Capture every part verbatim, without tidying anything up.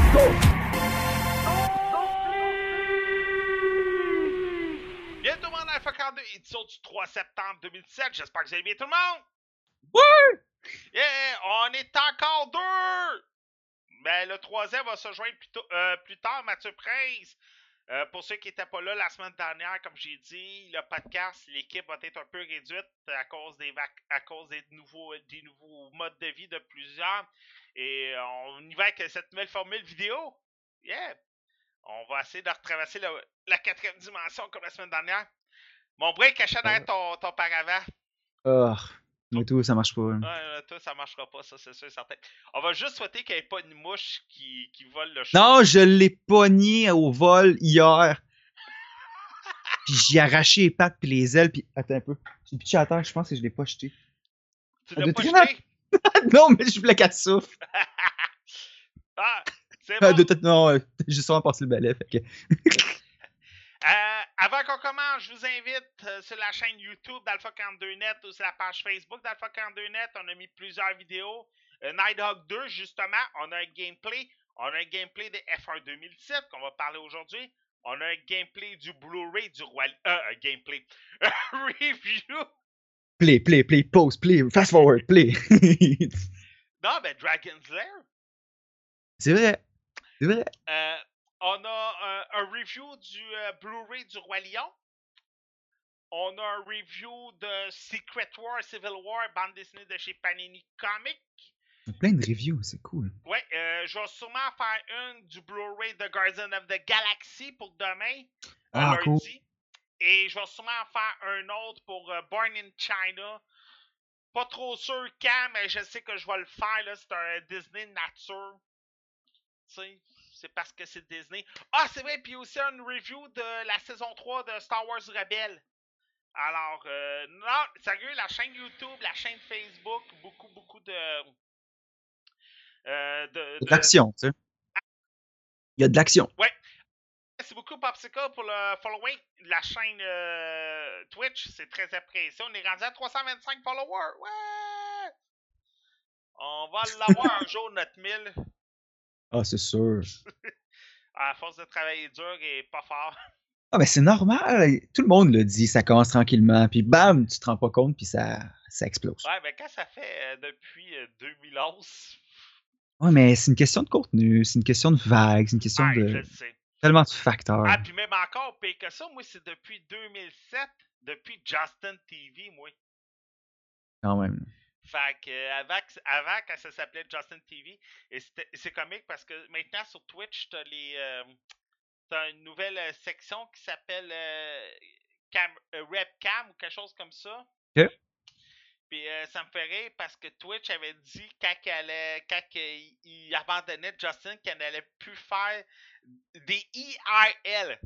Bienvenue tout le monde à F A quarante-deux, édition du trois septembre deux mille dix-sept. J'espère que vous allez bien tout le monde. Ouais! Yeah, on est encore deux. Mais le troisième va se joindre plus, tôt, euh, plus tard, Mathieu Prince. Euh, pour ceux qui n'étaient pas là la semaine dernière, comme j'ai dit, le podcast, l'équipe va être un peu réduite à cause des vac- à cause des nouveaux, des nouveaux modes de vie de plusieurs. Et on y va avec cette nouvelle formule vidéo. Yeah! On va essayer de retraverser le, la quatrième dimension comme la semaine dernière. Mon break caché derrière ton, ton paravent. Oh, mais tout, ça marche pas. Hein. Ouais, toi, ça marchera pas, ça, c'est sûr et certain. On va juste souhaiter qu'il n'y ait pas une mouche qui, qui vole le show. Non, je l'ai pogné au vol hier. Puis j'ai arraché les pattes puis les ailes. Puis attends un peu. J'ai pitché à terre, je pense que je l'ai pas jeté. Tu Elle l'as doit pas traîner- jeté? Non, mais je voulais qu'elle souffle. Ah, c'est Elle bon. doit être- Non, euh, j'ai sûrement passé le balai. Fait que... Euh, avant qu'on commence, je vous invite euh, sur la chaîne YouTube d'Alpha quarante-deux net ou sur la page Facebook d'Alpha quarante-deux net. On a mis plusieurs vidéos. Euh, Nighthawk deux, justement, on a un gameplay. On a un gameplay de F un deux mille dix-sept qu'on va parler aujourd'hui. On a un gameplay du Blu-ray du Roi... Euh, un gameplay. Un review. Play, play, play, pause, play, fast forward, play. Non, ben Dragon's Lair. C'est vrai. C'est vrai. Euh, on a un, un review du euh, Blu-ray du Roi Lion. On a un review de Secret War, Civil War, bande dessinée de chez Panini Comics. Plein de reviews, c'est cool. Ouais, euh, je vais sûrement faire une du Blu-ray de Guardian of the Galaxy pour demain, Ah, un cool. lundi. Et je vais sûrement faire un autre pour euh, Born in China. Pas trop sûr quand, mais je sais que je vais le faire. Là. C'est un Disney Nature. Tu sais, c'est parce que c'est Disney. Ah, c'est vrai, puis aussi une review de la saison trois de Star Wars Rebelle. Alors, euh, non, sérieux, la chaîne YouTube, la chaîne Facebook, beaucoup, beaucoup de... Euh, de, Il y a de... de l'action, tu sais. Il y a de l'action. Ouais. Merci beaucoup, Popsicle, pour le following de la chaîne euh, Twitch. C'est très apprécié. On est rendu à trois cent vingt-cinq followers. Ouais! On va l'avoir un jour, notre mille. Ah, c'est sûr. À force de travailler dur et pas fort. Ah, ben c'est normal. Tout le monde le dit, ça commence tranquillement, puis bam, tu te rends pas compte, puis ça, ça explose. Ouais, mais quand ça fait euh, depuis euh, deux mille onze... Ouais, mais c'est une question de contenu, c'est une question de vague, c'est une question Ouais, je de le sais. tellement de facteurs. Ah, puis même encore pire que ça, moi, c'est depuis deux mille sept, depuis Justin T V, moi. Quand même. Fait que, euh, avant, que- avant, quand ça s'appelait Justin T V, et c'était- c'est comique parce que maintenant sur Twitch, t'as les. Euh, t'as une nouvelle euh, section qui s'appelle euh, cam, euh, Webcam ou quelque chose comme ça. Ok. Puis euh, ça me fait rire parce que Twitch avait dit quand, qu'elle allait, quand il, il abandonnait Justin qu'elle n'allait plus faire des I R L.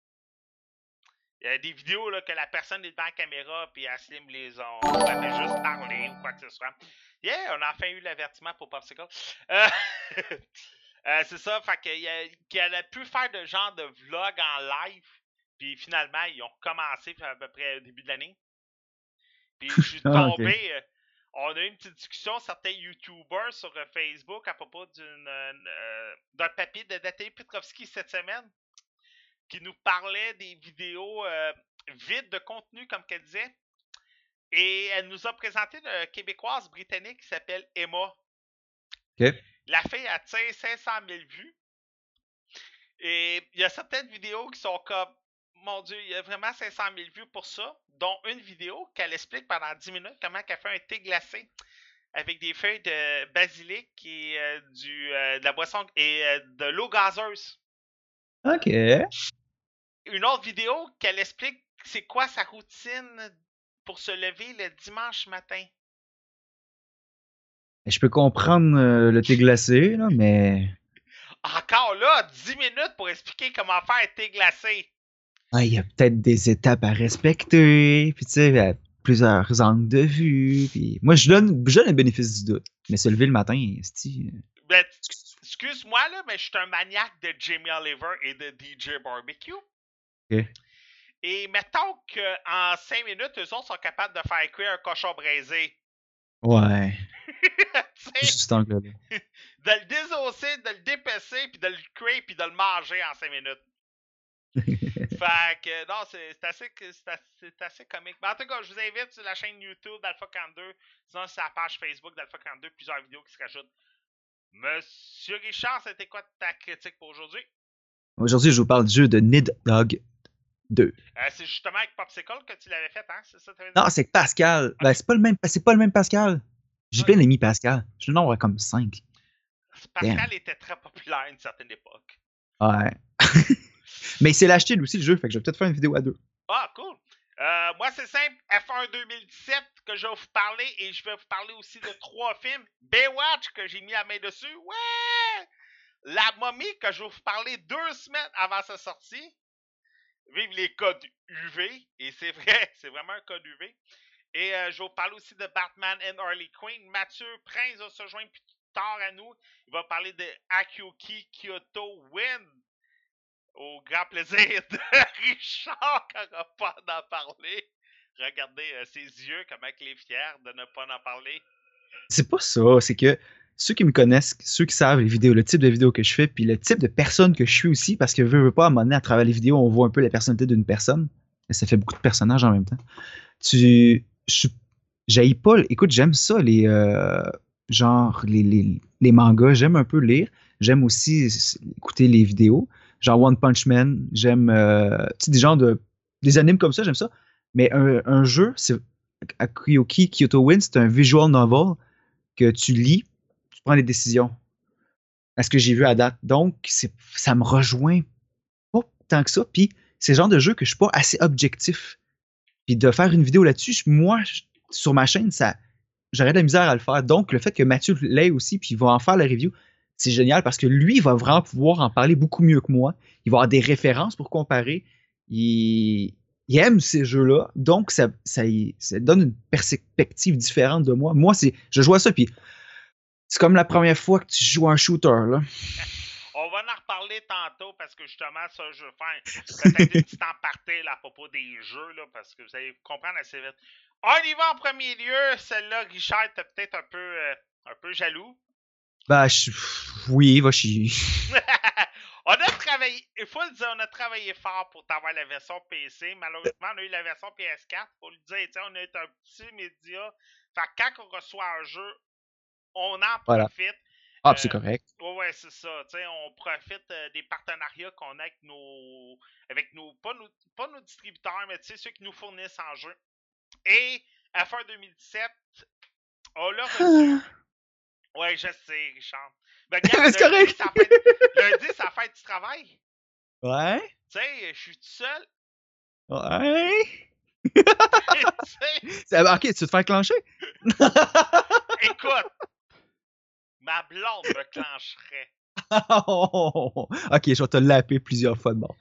Il y a des vidéos là, que la personne est devant la caméra puis elle slim les ongles, elle fait juste parler ou quoi que ce soit. Yeah, on a enfin eu l'avertissement pour Popsicle. Euh, euh, c'est ça, fait qu'elle a pu faire de genre de vlog en live. Puis finalement, ils ont recommencé à peu près au début de l'année. Puis je suis Ah, tombé. ok. euh, on a eu une petite discussion, certains YouTubers sur euh, Facebook à propos d'une, euh, d'un papier de Nathalie Petrovski cette semaine qui nous parlait des vidéos euh, vides de contenu, comme qu'elle disait. Et elle nous a présenté une Québécoise britannique qui s'appelle Emma. Ok. La fille attire cinq cent mille vues. Et il y a certaines vidéos qui sont comme, mon Dieu, il y a vraiment cinq cent mille vues pour ça, dont une vidéo qu'elle explique pendant dix minutes comment elle fait un thé glacé avec des feuilles de basilic et euh, du, euh, de la boisson et euh, de l'eau gazeuse. Ok. Une autre vidéo qu'elle explique c'est quoi sa routine pour se lever le dimanche matin. Je peux comprendre euh, le thé glacé, là, mais. Encore là, dix minutes pour expliquer comment faire un thé glacé. Ah, il y a peut-être des étapes à respecter, puis tu sais, à plusieurs angles de vue. Puis... Moi, je donne, je donne le bénéfice du doute. Mais se lever le matin, c'est. Ben, excuse-moi, là, mais je suis un maniaque de Jamie Oliver et de D J Barbecue. Ok. Et mettons qu'en cinq minutes, eux autres sont capables de faire cuire un cochon braisé. Ouais. Tu sais, Juste cet angle-là. de le désosser, de le dépecer, puis de le cuire, puis de le manger en cinq minutes. Fait que, non, c'est, c'est, assez, c'est, assez, c'est assez comique. Mais en tout cas, je vous invite sur la chaîne YouTube d'Alpha quarante-deux. Sinon, sur la page Facebook d'Alpha quarante-deux, plusieurs vidéos qui se rajoutent. Monsieur Richard, c'était quoi ta critique pour aujourd'hui? Aujourd'hui, je vous parle du jeu de Nid Dog deux. Euh, c'est justement avec Popsicle que tu l'avais fait, hein? C'est ça, t'avais dit? Non, c'est que Pascal. Ben, c'est pas le même, c'est pas le même Pascal. J'ai Ouais. plein d'amis Pascal. Je n'en aurais comme cinq. Pascal Damn. était très populaire à une certaine époque. Ouais. Mais c'est l'acheté lui aussi le jeu, fait que je vais peut-être faire une vidéo à deux. Ah, cool. Euh, moi, c'est simple. F un deux mille dix-sept que je vais vous parler et je vais vous parler aussi de trois films. Baywatch que j'ai mis la main dessus. Ouais! La momie que je vais vous parler deux semaines avant sa sortie. Vive les codes U V. Et c'est vrai, c'est vraiment un code U V. Et euh, je vais vous parler aussi de Batman and Harley Quinn. Mathieu Prince va se joindre plus tard à nous. Il va parler de Akiyuki Kyoto Win. Au grand plaisir de Richard qui n'aura pas d'en parler. Regardez euh, ses yeux, comment il est fier de ne pas en parler. C'est pas ça, c'est que ceux qui me connaissent, ceux qui savent les vidéos, le type de vidéos que je fais, puis le type de personne que je suis aussi, parce que veux, veux pas, à un moment donné, à travers les vidéos, on voit un peu la personnalité d'une personne. Et ça fait beaucoup de personnages en même temps. Tu. Je j'haïs pas. Écoute, j'aime ça, les. Euh, genre, les, les, les mangas, j'aime un peu lire. J'aime aussi écouter les vidéos. Genre One Punch Man, j'aime. Euh, tu sais, des genres de. Des animes comme ça, j'aime ça. Mais un, un jeu, c'est. Akiyuki Kyoto Win, c'est un visual novel que tu lis, tu prends des décisions. À ce que j'ai vu à date. Donc, c'est, ça me rejoint pas tant que ça. Puis, c'est le genre de jeu que je suis pas assez objectif. Puis de faire une vidéo là-dessus, moi, je- sur ma chaîne, ça, j'aurais de la misère à le faire. Donc, le fait que Mathieu l'ait aussi, puis il va en faire la review, c'est génial parce que lui, il va vraiment pouvoir en parler beaucoup mieux que moi. Il va avoir des références pour comparer. Il, il aime ces jeux-là. Donc, ça, ça, ça donne une perspective différente de moi. Moi, c'est, je joue à ça, puis c'est comme la première fois que tu joues à un shooter, là. On va en reparler tantôt parce que justement, ça, je vais faire peut-être une petite aparté là, à propos des jeux, là, parce que vous allez comprendre assez vite. On y va en premier lieu. Celle-là, Richard, t'es peut-être un peu, euh, un peu jaloux. Bah, je, oui, va chier. On a travaillé, il faut le dire, on a travaillé fort pour avoir la version P C. Malheureusement, on a eu la version P S quatre. Faut le dire, on est un petit média. Fait que quand on reçoit un jeu, on en Voilà. profite. Ah, Euh, c'est correct. Ouais, ouais, c'est ça. T'sais, on profite euh, des partenariats qu'on a avec nos. Avec nos. Pas nos, pas nos distributeurs, mais ceux qui nous fournissent en jeu. Et F un deux mille dix-sept, on l'a reçu. Ouais, je sais, Richard. Ben, regarde, C'est correct. lundi, ça fait, lundi, ça fait du travail. Ouais. Tu sais, je suis tout seul. Ouais. Tu sais, Ça- ok, tu veux te faire clencher? écoute, ma blonde me clencherait. Ok, je vais te laper plusieurs fois de bord.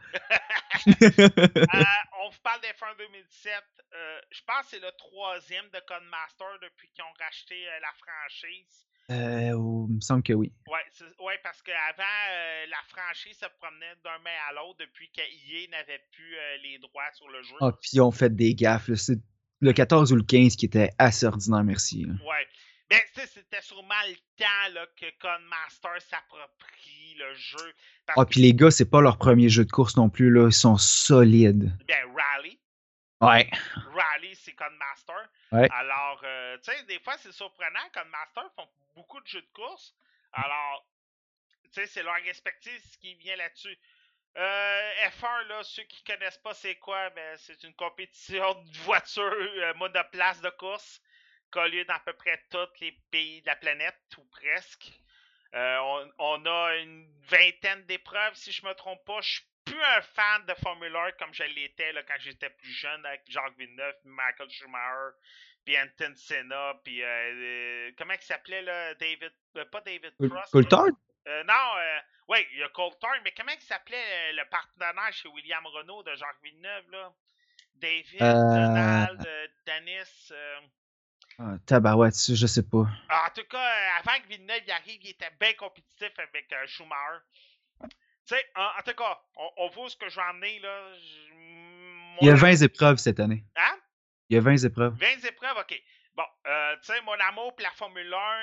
Euh, on vous parle d'F un deux mille dix-sept. Euh, je pense que c'est le troisième de Codemaster depuis qu'ils ont racheté euh, la franchise. Euh, oh, il me semble que oui. Ouais, c'est- ouais parce qu'avant, euh, la franchise se promenait d'un main à l'autre depuis qu'E A n'avait plus euh, les droits sur le jeu. Ah, puis ils ont fait des gaffes. là. C'est le quatorze ou le quinze qui était assez ordinaire, merci. là. Ouais. Ben, tu sais, c'était sûrement le temps là, que Codemaster s'approprie le jeu. Parce Ah, que, puis les gars, c'est pas leur premier jeu de course non plus, là. Ils sont solides. ben, Rally. Ouais. Rally, c'est Codemaster. Ouais. Alors, euh, tu sais, des fois, c'est surprenant. Codemaster font beaucoup de jeux de course. Alors, tu sais, c'est leur expertise qui vient là-dessus. Euh, F un, là, ceux qui connaissent pas c'est quoi, ben, c'est une compétition de voitures euh, monoplace de course qui a lieu dans à peu près tous les pays de la planète, ou presque. Euh, on, on a une vingtaine d'épreuves, si je me trompe pas. Je suis plus un fan de Formule un comme je l'étais là, quand j'étais plus jeune avec Jacques Villeneuve, Michael Schumacher, puis Ayrton Senna, puis euh, euh, comment il s'appelait là, David, euh, pas David Cross. Coulthard? Euh, non, euh, oui, il y a Coulthard, mais comment il s'appelait euh, le partenaire chez William Renault de Jacques Villeneuve là? David, Euh... Donald, euh, Dennis. Euh... Ah, tabarouette, je sais pas. En tout cas, euh, avant que Villeneuve y arrive, il était bien compétitif avec euh, Schumacher. Tu sais, en, en tout cas, on, on voit ce que je vais emmener, là. Je, mon Il y a am- vingt épreuves cette année. Hein? Il y a vingt épreuves. vingt épreuves, ok. Bon, euh, tu sais, mon amour pour la Formule un,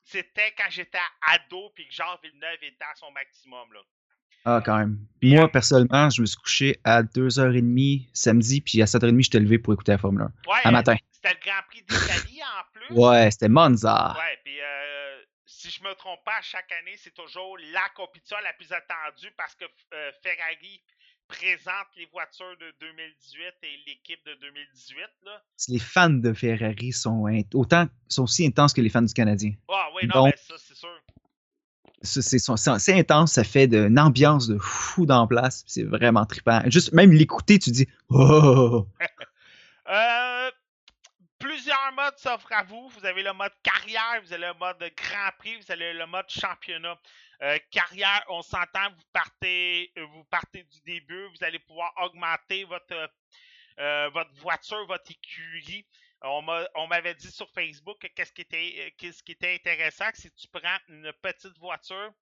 c'était quand j'étais ado puis que genre Villeneuve était à son maximum, là. Ah, quand même. Puis, euh, Moi, personnellement, je me suis couché à deux heures trente samedi, puis à sept heures trente, j'étais levé pour écouter la Formule un. ouais, À euh, matin. c'était le Grand Prix d'Italie en plus. Ouais, c'était Monza. Ouais, puis euh, si je me trompe pas, chaque année, c'est toujours la compétition la plus attendue parce que euh, Ferrari présente les voitures de deux mille dix-huit et l'équipe de deux mille dix-huit, là. Les fans de Ferrari sont int- autant sont aussi intenses que les fans du Canadien. Ah oui, non, Donc, ben ça, c'est sûr. ça, c'est son- c'est c'est intense, ça fait de- une ambiance de fou dans la place. C'est vraiment trippant. Juste même l'écouter, tu dis oh. Euh, plusieurs modes s'offrent à vous. Vous avez le mode carrière, vous avez le mode Grand Prix, vous avez le mode championnat. Euh, carrière, on s'entend, vous partez, euh, vous partez du début, vous allez pouvoir augmenter votre, euh, votre voiture, votre écurie. On m'a- on m'avait dit sur Facebook que qu'est-ce qui était, euh, qu'est-ce qui était intéressant, que si tu prends une petite voiture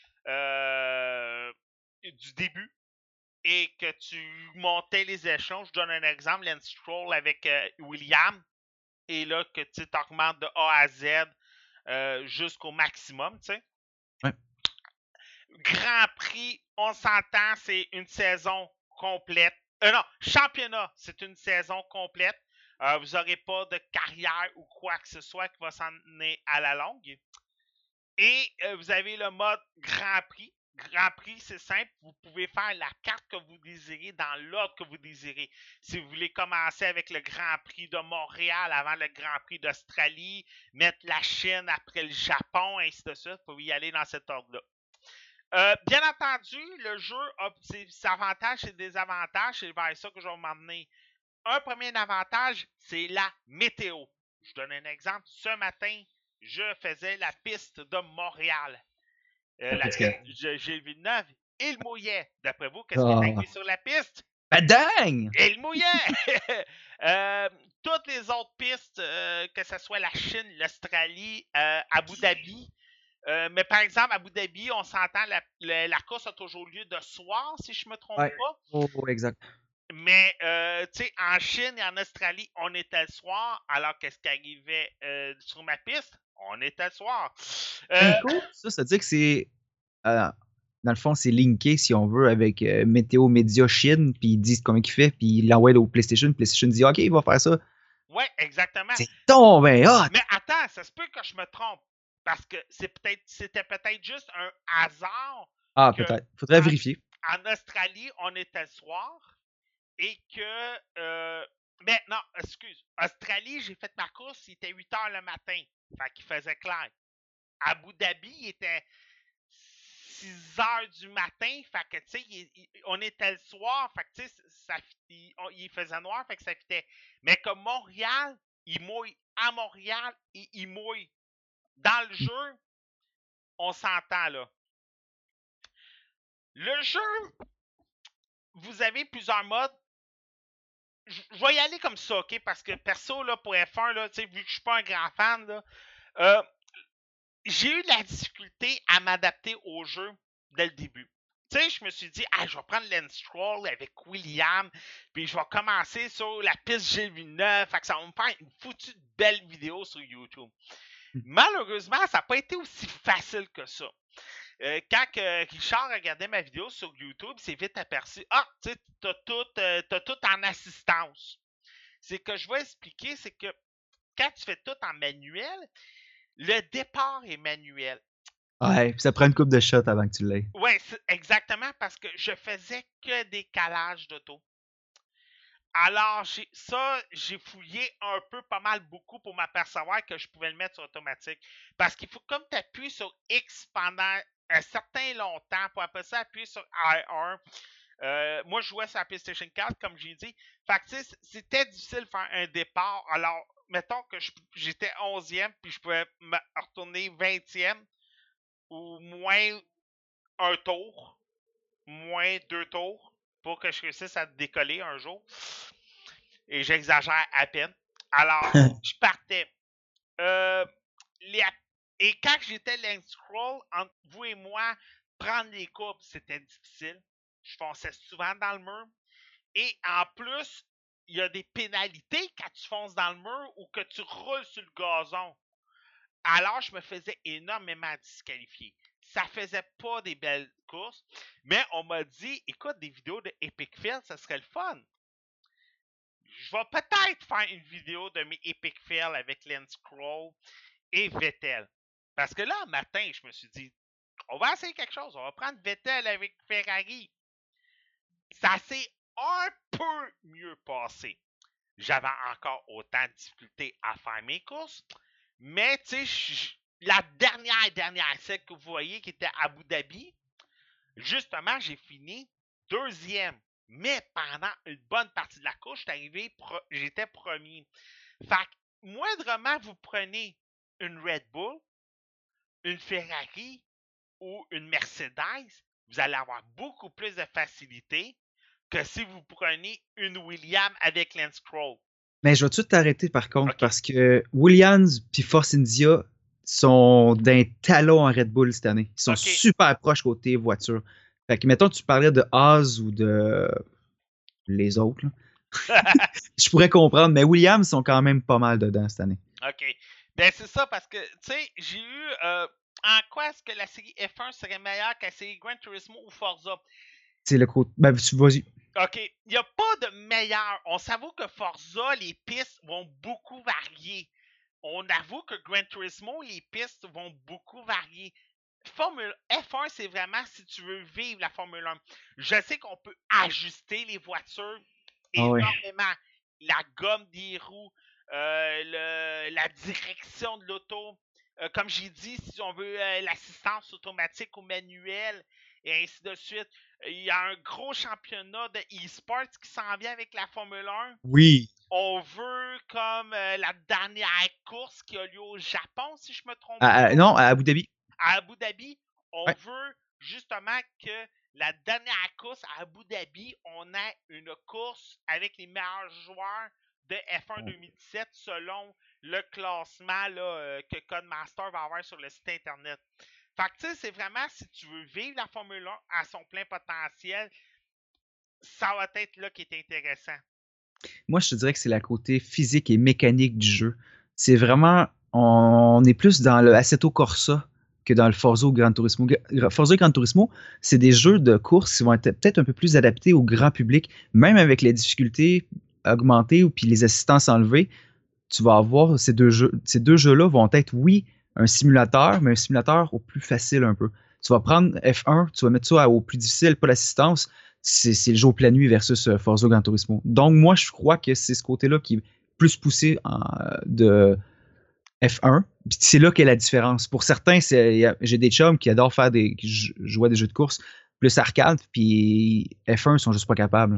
euh, du début et que tu montais les échelons, je donne un exemple, Lance Stroll avec euh, William, et là que tu augmentes de A à Z euh, jusqu'au maximum, tu sais. Ouais. Grand Prix, on s'entend, c'est une saison complète. Euh, non, championnat, c'est une saison complète. Euh, vous n'aurez pas de carrière ou quoi que ce soit qui va s'en aller à la longue. Et euh, vous avez le mode Grand Prix. Grand Prix, c'est simple. Vous pouvez faire la carte que vous désirez dans l'ordre que vous désirez. Si vous voulez commencer avec le Grand Prix de Montréal avant le Grand Prix d'Australie, mettre la Chine après le Japon, ainsi de suite, vous pouvez y aller dans cet ordre-là. Euh, bien entendu, le jeu a ses avantages et ses désavantages. C'est vers ça que je vais m'emmener. Un premier avantage, c'est la météo. Je donne un exemple. Ce matin, je faisais la piste de Montréal. Euh, la piste de Gilles Villeneuve. Il mouillait. D'après vous, qu'est-ce qui est Oh. arrivé sur la piste? Badang! Il mouillait! euh, toutes les autres pistes, euh, que ce soit la Chine, l'Australie, euh, Abu Dhabi, euh, mais par exemple, à Abu Dhabi, on s'entend, la, la, la course a toujours lieu de soir, si je me trompe Ouais. pas. Oh, exact. Mais, euh, tu sais, en Chine et en Australie, on était le soir. Alors, qu'est-ce qui arrivait euh, sur ma piste? On était le soir. Euh, Inco, ça, ça veut dire que c'est. euh, dans le fond, c'est linké, si on veut, avec euh, Météo Média Chine, puis ils disent combien il fait, puis ils l'envoient au PlayStation, PlayStation dit OK, il va faire ça. ouais, exactement. C'est tombé hot! Mais attends, ça se peut que je me trompe. Parce que c'est peut-être, c'était peut-être juste un hasard Ah, que peut-être. Faudrait en, vérifier. en Australie, on était le soir. Et que. Euh, mais non, excuse. Australie, j'ai fait ma course, il était huit heures le matin. Fait qu'il faisait clair. Abu Dhabi, il était six heures du matin. Fait que, tu sais, on était le soir. Fait que, tu sais, ça, il, il faisait noir. Fait que ça fitait. Mais comme Montréal, il mouille à Montréal et il mouille dans le jeu. On s'entend, là. Le jeu, vous avez plusieurs modes. Je vais y aller comme ça, OK? Parce que perso, là, pour F un, là, vu que je suis pas un grand fan, là, euh, j'ai eu de la difficulté à m'adapter au jeu dès le début. Tu sais, je me suis dit, ah, je vais prendre Lance Stroll avec William, puis je vais commencer sur la piste Gilles Villeneuve, fait que ça va me faire une foutue belle vidéo sur YouTube. Malheureusement, ça n'a pas été aussi facile que ça. Euh, quand euh, Richard regardait ma vidéo sur YouTube, il s'est vite aperçu, ah, tu sais, t'as tout, euh, t'as tout en assistance. C'est que je vais expliquer, c'est que quand tu fais tout en manuel, le départ est manuel. Ouais, puis ça prend une coupe de shot avant que tu l'aies. Oui, exactement, parce que je faisais que des calages d'auto. Alors, j'ai, ça, j'ai fouillé un peu, pas mal, beaucoup pour m'apercevoir que je pouvais le mettre sur automatique. Parce qu'il faut comme tu appuies sur X pendant un certain longtemps, pour après ça appuyer sur R un. Euh, moi, je jouais sur la PlayStation quatre, comme j'ai dit. Fait que, tu sais, c'était difficile de faire un départ. Alors, mettons que je, j'étais onzième, puis je pouvais me retourner vingtième, ou moins un tour, moins deux tours, pour que je réussisse à décoller un jour. Et j'exagère à peine. Alors, je partais. Euh, les, et quand j'étais Lance Scroll, entre vous et moi, prendre les courbes, c'était difficile. Je fonçais souvent dans le mur. Et en plus, il y a des pénalités quand tu fonces dans le mur ou que tu roules sur le gazon. alors je me faisais énormément disqualifier. Ça faisait pas des belles courses, mais on m'a dit, écoute, des vidéos de Epic Fail, ça serait le fun. Je vais peut-être faire une vidéo de mes Epic Fail avec Lance Scroll et Vettel. Parce que là, un matin, je me suis dit, on va essayer quelque chose. On va prendre Vettel avec Ferrari. Ça s'est un peu mieux passé. J'avais encore autant de difficultés à faire mes courses. Mais, tu sais, la dernière, dernière, celle que vous voyez qui était à Abu Dhabi, justement, j'ai fini deuxième. Mais pendant une bonne partie de la course, j'étais arrivé, j'étais premier. Fait que, moindrement, vous prenez une Red Bull, une Ferrari ou une Mercedes, vous allez avoir beaucoup plus de facilité que si vous prenez une Williams avec Lance Stroll. Mais je vais tout t'arrêter par contre, Ok. parce que Williams puis Force India sont d'un talon en Red Bull cette année. Ils sont Ok. super proches côté voiture. Fait que, mettons, tu parlais de Haas ou de les autres. Je pourrais comprendre, mais Williams sont quand même pas mal dedans cette année. OK. Ben, c'est ça parce que, tu sais, j'ai eu. Euh, en quoi est-ce que la série F un serait meilleure que la série Gran Turismo ou Forza? C'est le côté. Ben, tu vas-y. OK. Il n'y a pas de meilleur. On s'avoue que Forza, les pistes vont beaucoup varier. On avoue que Gran Turismo, les pistes vont beaucoup varier. Formule F un, c'est vraiment si tu veux vivre la Formule un. Je sais qu'on peut ajuster les voitures Ah ouais. énormément. La gomme des roues, euh, le, la direction de l'auto. Euh, comme j'ai dit, si on veut euh, l'assistance automatique ou manuelle, et ainsi de suite. Il y a un gros championnat de e-sports qui s'en vient avec la Formule un. Oui. On veut comme euh, la dernière course qui a lieu au Japon, si je me trompe À, pas. à, non, à Abu Dhabi. À Abu Dhabi, on Ouais. veut justement que la dernière course à Abu Dhabi, on ait une course avec les meilleurs joueurs de F un deux mille dix-sept selon le classement là, euh, que Codemaster va avoir sur le site internet. Fait que tu sais, c'est vraiment si tu veux vivre la Formule un à son plein potentiel, ça va être là qui est intéressant. Moi, je te dirais que c'est la côté physique et mécanique du jeu. C'est vraiment, on est plus dans le Assetto Corsa que dans le Forza ou Gran Turismo. Forza et Gran Turismo, c'est des jeux de course qui vont être peut-être un peu plus adaptés au grand public, même avec les difficultés augmentées ou puis les assistances enlevées. Tu vas avoir ces deux jeux, ces deux jeux-là vont être, oui, un simulateur, mais un simulateur au plus facile un peu. Tu vas prendre F un, tu vas mettre ça au plus difficile, pas l'assistance. C'est, c'est le jeu au plein nuit versus Forza Gran Turismo. Donc, moi, je crois que c'est ce côté-là qui est plus poussé en, de F un. Puis c'est là qu'est la différence. Pour certains, c'est, j'ai des chums qui adorent faire des, qui jouent à des jeux de course plus arcade, puis F un, ils sont juste pas capables.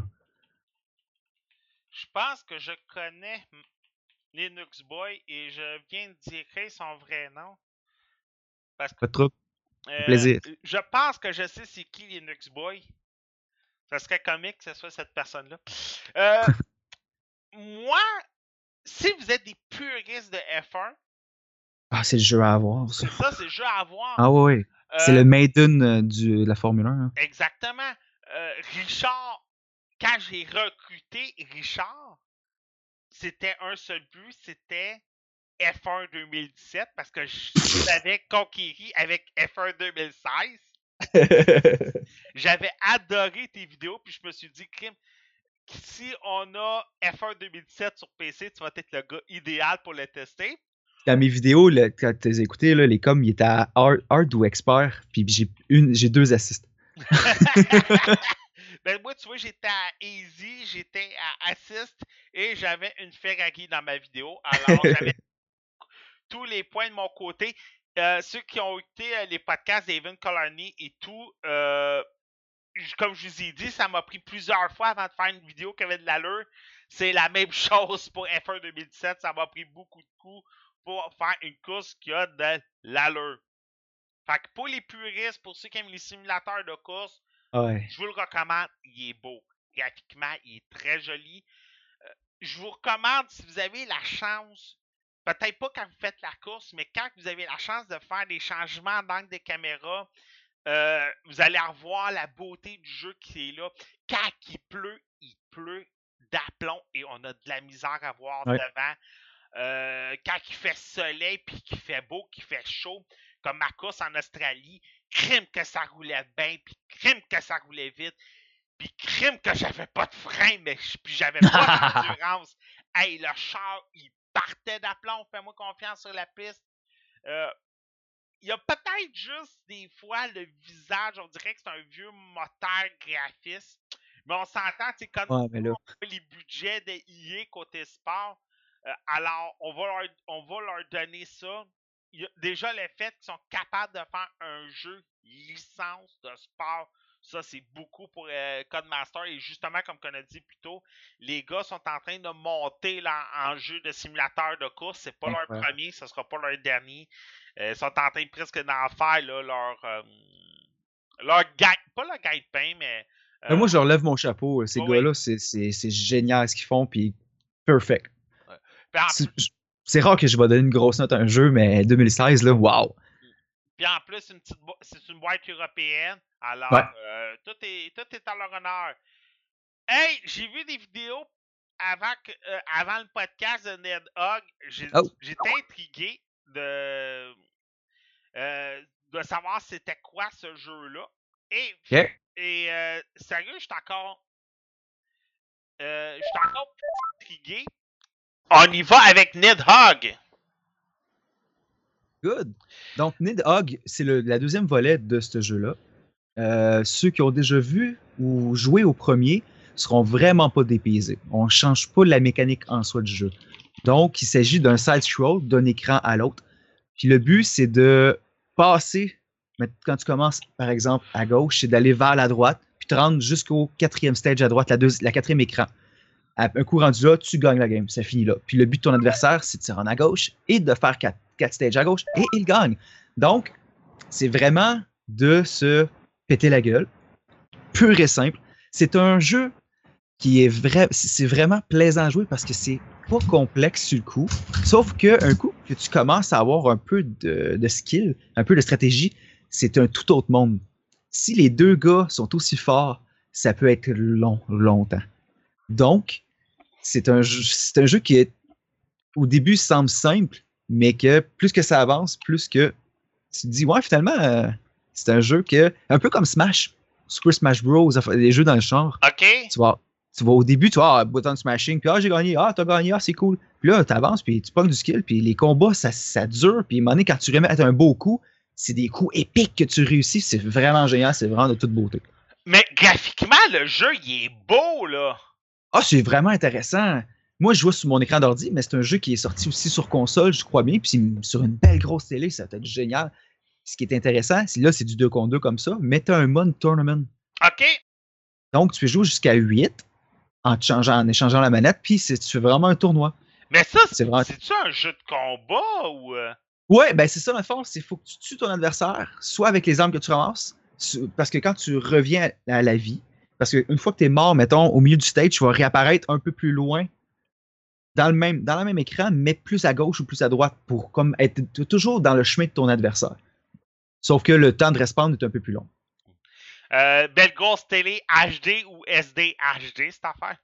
Je pense que je connais Linux Boy et je viens de dire son vrai nom. Parce que, pas de trouble. euh, Plaisir. je pense que je sais c'est qui Linux Boy. Ça serait comique que ce soit cette personne-là. Euh, moi, si vous êtes des puristes de F un, ah, c'est le jeu à avoir, ça. C'est ça, c'est le jeu à avoir. Ah oui, oui. Euh, c'est le Maiden euh, du, de la Formule un. Hein. Exactement. Euh, Richard, quand j'ai recruté Richard, c'était un seul but, c'était F un deux mille dix-sept parce que je l'avais conquéri avec F un deux mille seize. J'avais adoré tes vidéos, puis je me suis dit, Crime, si on a F un deux mille dix-sept sur P C, tu vas être le gars idéal pour le tester. Dans mes vidéos, là, quand tu les as écoutées, là, les coms, ils étaient à hard, hard ou expert, puis j'ai, une, j'ai deux assists. Ben moi, tu vois, j'étais à Easy, j'étais à Assist et j'avais une Ferrari dans ma vidéo. Alors, j'avais tous les points de mon côté. Euh, ceux qui ont écouté euh, les podcasts d'Evan Colony et tout, euh, comme je vous ai dit, ça m'a pris plusieurs fois avant de faire une vidéo qui avait de l'allure. C'est la même chose pour F un deux mille dix-sept. Ça m'a pris beaucoup de coups pour faire une course qui a de l'allure. Fait que pour les puristes, pour ceux qui aiment les simulateurs de course, ouais. je vous le recommande. Il est beau. Graphiquement, il est très joli. Euh, je vous recommande, si vous avez la chance, peut-être pas quand vous faites la course, mais quand vous avez la chance de faire des changements d'angle de caméra, euh, vous allez revoir la beauté du jeu qui est là. Quand il pleut, il pleut d'aplomb et on a de la misère à voir ouais. devant. euh, quand il fait soleil, puis qu'il fait beau, qu'il fait chaud, comme ma course en Australie, crime que ça roulait bien, puis crime que ça roulait vite, puis crime que j'avais pas de frein, mais puis j'avais pas d'endurance. Hey, le char, il partait d'aplomb, fais-moi confiance sur la piste. Euh, il y a peut-être juste des fois le visage, on dirait que c'est un vieux moteur graphiste. Mais on s'entend, c'est comme Ouais, mais là. les budgets de I A côté sport. Euh, alors, on va, leur, on va leur donner ça. Il y a déjà le fait qu'ils sont capables de faire un jeu licence de sport. Ça, c'est beaucoup pour euh, Codemaster. Et justement, comme on a dit plus tôt, les gars sont en train de monter là, en jeu de simulateur de course. C'est pas leur Incroyable. premier, ce sera pas leur dernier. Euh, ils sont en train presque d'en faire là, leur, euh, leur gagne, pas leur gagne-pain, mais. Mais Euh, moi, je leur lève mon chapeau. Ces oui, oui. gars-là, c'est, c'est, c'est génial ce qu'ils font, puis perfect. Ouais. Puis en, C'est, c'est rare que je vais donner une grosse note à un jeu, mais deux mille seize, là, wow! puis en plus, une petite bo- c'est une boîte européenne. Alors, Ouais. euh, tout, est, tout est à leur honneur. Hey, j'ai vu des vidéos avant, que, euh, avant le podcast de Ned Hogg. J'ai, Oh, j'étais intrigué de, euh, de savoir c'était quoi ce jeu-là. Et, ok. et euh, sérieux, je suis encore, euh, je suis encore intrigué. On y va avec Ned Hogg. Good. Donc, Nidhogg, c'est le, la deuxième volet de ce jeu-là. Euh, ceux qui ont déjà vu ou joué au premier seront vraiment pas dépaysés. On ne change pas la mécanique en soi du jeu. Donc, il s'agit d'un side-scroll d'un écran à l'autre. Puis le but, c'est de passer, mais quand tu commences, par exemple, à gauche, c'est d'aller vers la droite, puis te rendre jusqu'au quatrième stage à droite, la, deux, la quatrième écran. À un coup rendu là, tu gagnes la game, ça finit là. Puis le but de ton adversaire, c'est de se rendre à gauche et de faire quatre, quatre stages à gauche, et il gagne. Donc, c'est vraiment de se péter la gueule, pur et simple. C'est un jeu qui est vrai, c'est vraiment plaisant à jouer parce que c'est pas complexe sur le coup. Sauf qu'un coup que tu commences à avoir un peu de, de skill, un peu de stratégie, c'est un tout autre monde. Si les deux gars sont aussi forts, ça peut être long, longtemps. Donc, c'est un, jeu- c'est un jeu qui est au début semble simple, mais que plus que ça avance, plus que tu te dis, ouais, finalement, euh, c'est un jeu que, un peu comme Smash, Super Smash Bros, les jeux dans le genre. OK? Tu vas, tu vas au début, tu vas, ah, button smashing, puis ah, j'ai gagné, ah, t'as gagné, ah, c'est cool. Puis là, t'avances, puis tu pognes du skill, puis les combats, ça, ça dure, puis à un moment donné, quand tu remets à un beau coup, c'est des coups épiques que tu réussis, c'est vraiment génial, c'est vraiment de toute beauté. Mais graphiquement, le jeu, il est beau, là. Ah, c'est vraiment intéressant. Moi, je joue sur mon écran d'ordi, mais c'est un jeu qui est sorti aussi sur console, je crois bien, puis c'est sur une belle grosse télé, ça va être génial. Ce qui est intéressant, c'est là, c'est du deux contre deux comme ça, mais tu as un mode tournament. OK? Donc, tu peux jouer jusqu'à huit en, te changeant, en échangeant la manette, puis tu fais vraiment un tournoi. Mais ça, C'est vraiment... c'est-tu un jeu de combat ou. euh? Ouais, ben c'est ça, dans le fond, c'est faut que tu tues ton adversaire, soit avec les armes que tu ramasses, parce que quand tu reviens à la vie, parce qu'une fois que tu es mort, mettons, au milieu du stage, tu vas réapparaître un peu plus loin dans le même, dans le même écran, mais plus à gauche ou plus à droite pour comme être toujours dans le chemin de ton adversaire. Sauf que le temps de respawn est un peu plus long. Euh, belle grosse télé H D ou S D H D, cette affaire.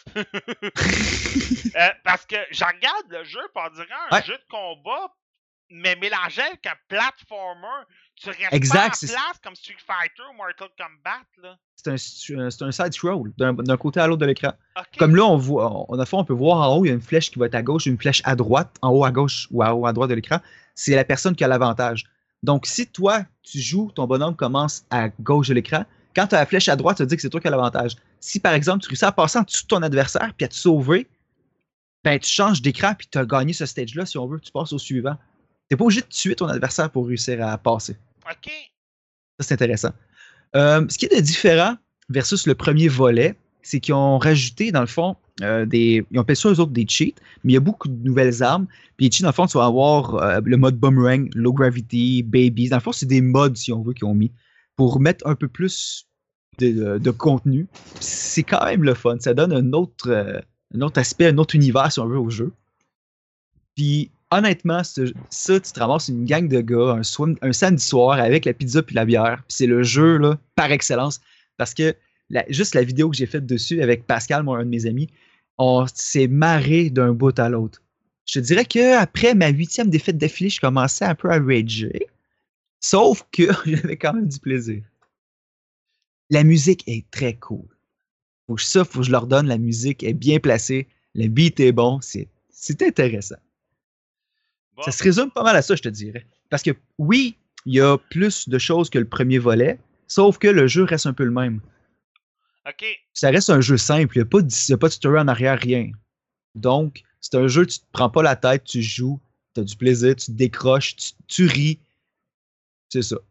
euh, parce que je regarde le jeu, puis on dirait un Ouais. jeu de combat, mais mélangé avec un platformer. Tu restes Exact, pas en c'est- place comme Street Fighter ou Mortal Kombat, là. C'est un, c'est un side-scroll d'un d'un côté à l'autre de l'écran. OK? Comme là, on voit, on a fait, on peut voir en haut, il y a une flèche qui va être à gauche, une flèche à droite, en haut à gauche ou en haut à droite de l'écran. C'est la personne qui a l'avantage. Donc, si toi, tu joues, ton bonhomme commence à gauche de l'écran, quand tu as la flèche à droite, ça veut dire que c'est toi qui as l'avantage. Si, par exemple, tu réussis à passer en dessous de ton adversaire puis à te sauver, ben, tu changes d'écran puis tu as gagné ce stage-là, si on veut, tu passes au suivant. Tu n'es pas obligé de tuer ton adversaire pour réussir à passer. OK? Ça, c'est intéressant. Euh, ce qui est de différent versus le premier volet, c'est qu'ils ont rajouté, dans le fond, euh, des. Ils ont appelé ça eux autres des cheats, mais il y a beaucoup de nouvelles armes. Puis les cheats, dans le fond, tu vas avoir euh, le mode boomerang, low gravity, babies. Dans le fond, c'est des mods, si on veut, qu'ils ont mis pour mettre un peu plus de, de, de contenu. C'est quand même le fun. Ça donne un autre, euh, un autre aspect, un autre univers, si on veut, au jeu. Puis honnêtement, ce- ça, tu te ramasses une gang de gars, un, swim- un samedi soir avec la pizza puis la bière. Puis c'est le jeu là, par excellence. Parce que la- juste la vidéo que j'ai faite dessus avec Pascal, mon, un de mes amis, on s'est marré d'un bout à l'autre. Je te dirais qu'après ma huitième défaite d'affilée, je commençais un peu à rager. Sauf que j'avais quand même du plaisir. La musique est très cool. Faut que ça, faut que je leur donne. La musique est bien placée. Le beat est bon. C'est, c'est intéressant. Bon. Ça se résume pas mal à ça, je te dirais. Parce que oui, il y a plus de choses que le premier volet, sauf que le jeu reste un peu le même. OK. Ça reste un jeu simple. Il n'y a, a pas de story en arrière, rien. Donc, c'est un jeu, tu te prends pas la tête, tu joues, tu as du plaisir, tu te décroches, tu, tu ris. C'est ça.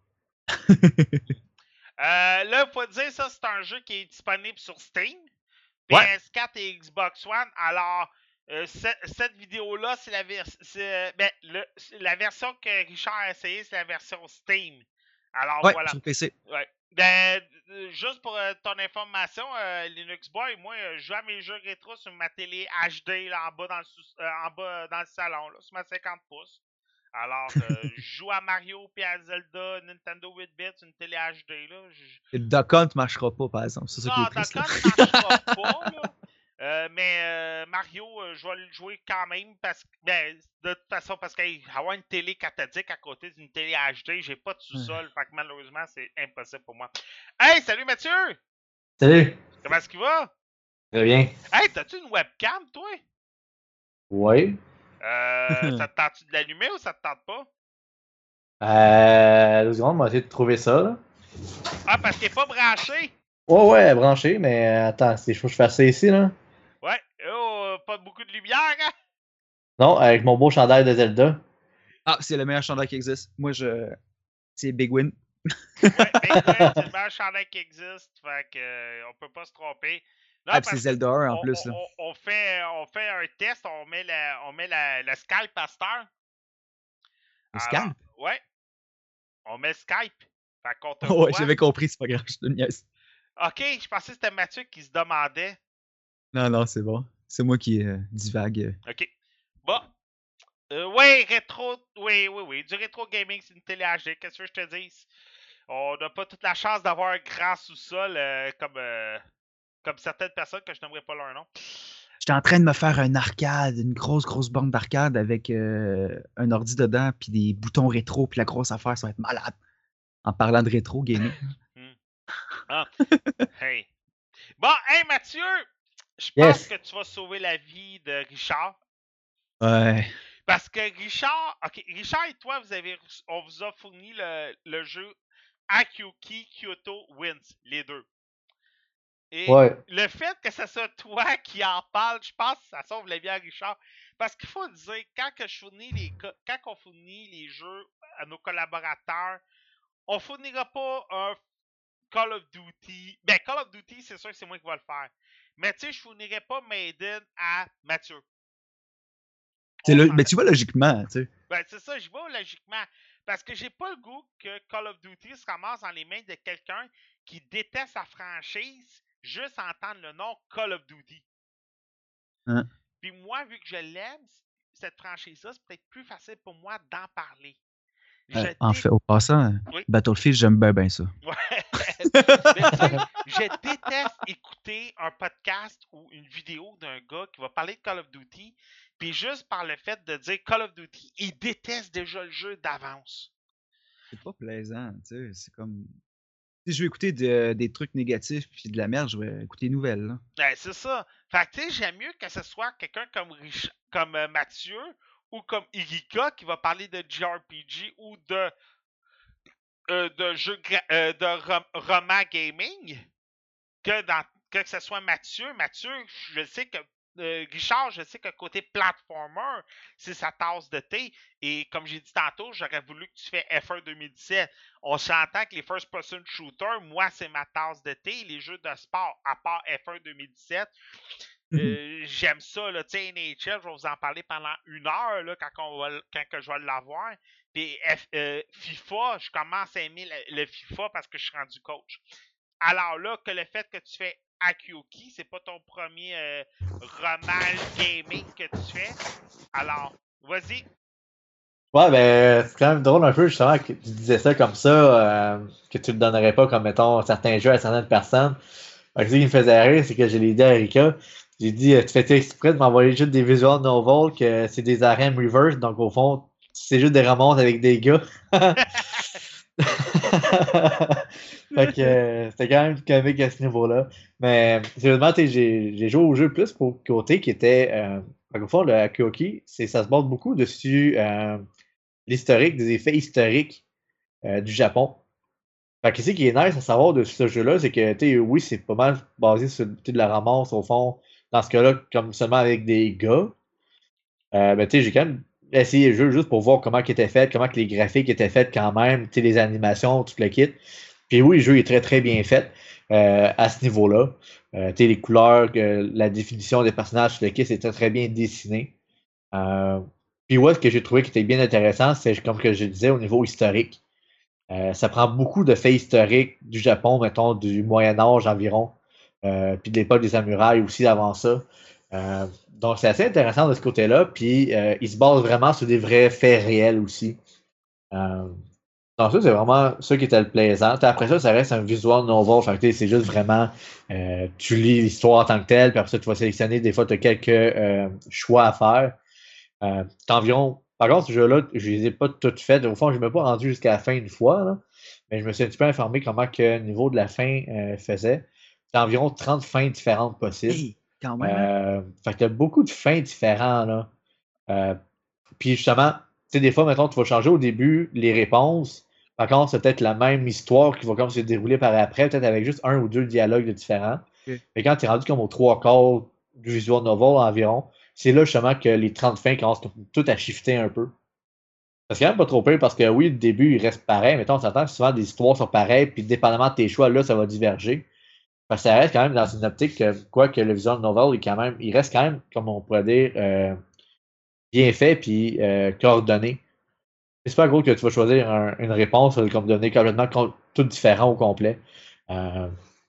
Euh, là, il faut dire, ça, c'est un jeu qui est disponible sur Steam, P S quatre ouais. et Xbox One. Alors, euh, cette, cette vidéo-là, c'est la, vers ben, le, la version que Richard a essayé, c'est la version Steam. Alors, ouais, voilà. Sur P C. Ouais. Ben, juste pour euh, ton information, euh, Linux Boy, moi, euh, je joue à mes jeux rétro sur ma télé H D là, en, bas dans le, euh, en bas dans le salon, là, sur ma cinquante pouces. Alors, euh, je joue à Mario puis à Zelda, Nintendo huit bits, une télé H D. Là. Je... Le Duck Hunt marchera pas, par exemple. C'est ça qui est triste. Non, Duck Hunt marchera pas, là. Euh, mais euh, Mario, euh, je vais le jouer quand même parce que, ben, de toute façon, parce qu'avoir une télé cathodique à côté d'une télé H D, j'ai pas de sous-sol, fait que malheureusement, c'est impossible pour moi. Hey, salut Mathieu! Salut! Comment est-ce qu'il va? Très bien. Hey, t'as-tu une webcam, toi? Oui. Euh, ça te tente-tu de l'allumer ou ça te tente pas? Euh, deux secondes, on va essayer de trouver ça, là. Ah, parce qu'il est pas branché? Ouais, ouais, elle est branchée, mais attends, il faut que je fasse ça ici, là. Ouais, oh, pas beaucoup de lumière, hein? Non, avec mon beau chandail de Zelda. Ah, c'est le meilleur chandail qui existe. Moi, je... c'est Big Win. Ouais, Big Win, c'est le meilleur chandail qui existe, fait que, euh, on peut pas se tromper. Non, ah, c'est Zelda un en on, plus. On, là. On, on, fait, on fait un test, on met, la, on met la, le Skype à cette heure. Le Skype? Ouais. On met Skype. Fait qu'on te oh, ouais, j'avais compris, c'est pas grave, je te niaise. Ok, je pensais que c'était Mathieu qui se demandait. Non, non, c'est bon. C'est moi qui euh, divague. Ok. Bon. Euh, ouais, rétro. Oui, oui, oui. Du rétro gaming, c'est une télé H D. Qu'est-ce que je te dis? On n'a pas toute la chance d'avoir un grand sous-sol euh, comme, euh, comme certaines personnes que je n'aimerais pas leur nom. J'étais en train de me faire un arcade, une grosse, grosse borne d'arcade avec euh, un ordi dedans, puis des boutons rétro, puis la grosse affaire, ça va être malade. En parlant de rétro gaming. hmm. ah. Hey. Bon, hey Mathieu, je pense yes. que tu vas sauver la vie de Richard. Ouais. Parce que Richard, ok, Richard et toi, vous avez, on vous a fourni le, le jeu Akiyuki Kyoto Wins, les deux. Et ouais. le fait que ce soit toi qui en parle, je pense que ça sauve la vie à Richard. Parce qu'il faut dire, quand que je fournis les, quand on fournit les jeux à nos collaborateurs, on fournira pas un Call of Duty. Ben, Call of Duty, c'est sûr que c'est moi qui vais le faire. Mais tu sais, je fournirai pas Maiden à Mathieu. Le, mais tu vois logiquement, tu sais. Ben, c'est ça, je vois logiquement. Parce que j'ai pas le goût que Call of Duty se ramasse dans les mains de quelqu'un qui déteste sa franchise juste entendre le nom Call of Duty. Hein? Puis moi, vu que je l'aime, cette franchise-là, c'est peut-être plus facile pour moi d'en parler. Euh, en fait, au passant, oui? Battlefield, j'aime bien, bien ça. Ouais. Mais, je déteste écouter un podcast ou une vidéo d'un gars qui va parler de Call of Duty, puis juste par le fait de dire Call of Duty, il déteste déjà le jeu d'avance. C'est pas plaisant, tu sais. C'est comme. Si je veux écouter de, des trucs négatifs puis de la merde, je vais écouter les nouvelles. Là. Ouais, c'est ça. Fait que tu sais, j'aime mieux que ce soit quelqu'un comme, Rich, comme euh, Mathieu ou comme Irika qui va parler de J R P G ou de euh, de jeux euh, de rom roman gaming que dans que ce soit Mathieu. Mathieu, je sais que euh, Richard, je sais que côté platformer, c'est sa tasse de thé. Et comme j'ai dit tantôt, j'aurais voulu que tu fais F un deux mille dix-sept. On s'entend que les first-person shooters, moi, c'est ma tasse de thé. Les jeux de sport, à part F un deux mille dix-sept, euh, j'aime ça. Là, N H L, je vais vous en parler pendant une heure là, quand, on va, quand que je vais l'avoir. Puis F, euh, FIFA, je commence à aimer le, le FIFA parce que je suis rendu coach. Alors là, que le fait que tu fais Akiyuki, c'est pas ton premier euh, roman gaming que tu fais. Alors, vas-y. Ouais, ben, c'est quand même drôle un peu, justement, que tu disais ça comme ça, euh, que tu le donnerais pas comme, mettons, certains jeux à certaines personnes. Donc, ce qui me faisait rire, c'est que j'ai l'idée à Erika. J'ai dit, euh, tu fais exprès de m'envoyer juste des visual novels que c'est des arènes reverse, donc au fond, c'est juste des remontes avec des gars. Fait que euh, c'était quand même comique à ce niveau-là. Mais sérieusement, tu sais, j'ai j'ai joué au jeu plus pour le côté qui était. Euh, au fond, le Kyoki, c'est ça se base beaucoup dessus euh, l'historique, des effets historiques euh, du Japon. Fait que ce qui est nice à savoir de ce jeu-là, c'est que, tu sais, oui, c'est pas mal basé sur tu sais, de la ramasse, au fond, dans ce cas-là, comme seulement avec des gars. Euh, ben, tu sais, j'ai quand même essayé le jeu juste pour voir comment il était fait, comment que les graphiques étaient faits quand même, tu sais, les animations, tout le kit. Puis oui, le jeu est très, très bien fait euh, à ce niveau-là. Euh, tu sais, les couleurs, euh, la définition des personnages sur le kit, c'est très, très bien dessiné. Euh, puis ouais, ce que j'ai trouvé qui était bien intéressant, c'est comme que je disais, au niveau historique. Euh, ça prend beaucoup de faits historiques du Japon, mettons, du Moyen Âge environ, euh, puis de l'époque des samouraïs aussi avant ça. Euh, donc c'est assez intéressant de ce côté-là, puis euh, il se base vraiment sur des vrais faits réels aussi. Euh, donc ça, c'est vraiment ça qui était le plaisant. T'sais, après ça, ça reste un visual novel, fait que, c'est juste vraiment, euh, tu lis l'histoire en tant que telle, puis après ça, tu vas sélectionner, des fois, tu as quelques euh, choix à faire. Euh, t'as environ. Par contre, ce jeu-là, je les ai pas toutes faites. Au fond, je ne m'ai pas rendu jusqu'à la fin une fois, là. Mais je me suis un petit peu informé comment que le niveau de la fin euh, faisait. T'as environ trente fins différentes possibles. Hey, quand même, hein? Euh, fait que t'as beaucoup de fins différentes, là. Euh, Puis justement, tu sais, des fois, mettons, tu vas changer au début les réponses. Par contre, c'est peut-être la même histoire qui va comme se dérouler par après, peut-être avec juste un ou deux dialogues de différents. Ok. Mais quand tu es rendu comme aux trois quarts du visual novel environ, c'est là justement que les trente fins commencent tout à shifter un peu. C'est quand même pas trop pire parce que oui, le début, il reste pareil. Mettons, on s'entend que souvent des histoires sont pareilles, puis dépendamment de tes choix, là, ça va diverger. Parce que ça reste quand même dans une optique que, quoi que le visual novel, il, quand même, il reste quand même, comme on pourrait dire, euh, bien fait puis euh, coordonné. C'est pas gros que tu vas choisir un- une réponse euh, comme donner complètement com- tout différent au complet. Euh,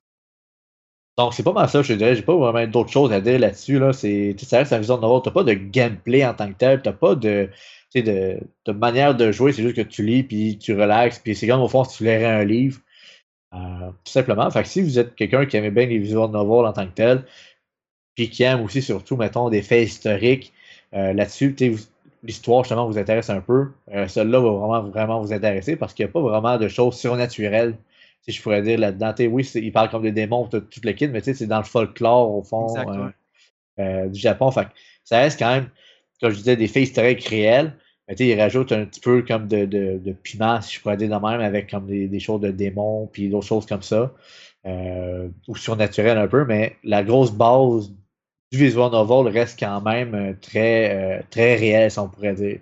donc c'est pas mal ça, je te dirais. J'ai pas vraiment d'autres choses à dire là-dessus. Là. C'est, tu sais, ça reste un visual novel. T'as pas de gameplay en tant que tel. T'as pas de, tu sais, de, de manière de jouer. C'est juste que tu lis puis tu relaxes. Puis c'est comme au fond si tu lirais un livre. Euh, tout simplement. Fait que si vous êtes quelqu'un qui aimait bien les visual novels en tant que tel, puis qui aime aussi surtout, mettons, des faits historiques euh, là-dessus, tu sais, vous- l'histoire justement vous intéresse un peu, euh, celle-là va vraiment, vraiment vous intéresser parce qu'il n'y a pas vraiment de choses surnaturelles, si je pourrais dire là-dedans. Tu sais, oui, c'est- il parle comme des démons, tout, tout le kit, mais tu sais, c'est dans le folklore au fond Exact, euh, ouais. euh, du Japon. Fait que ça reste quand même, comme je disais, des faits historiques réels. Mais tu sais, il rajoute un petit peu comme de, de, de piment, si je pourrais dire de même, avec comme des, des choses de démons, puis d'autres choses comme ça. Euh, ou surnaturel un peu, mais la grosse base du visual novel reste quand même euh, très, euh, très réel, si on pourrait dire.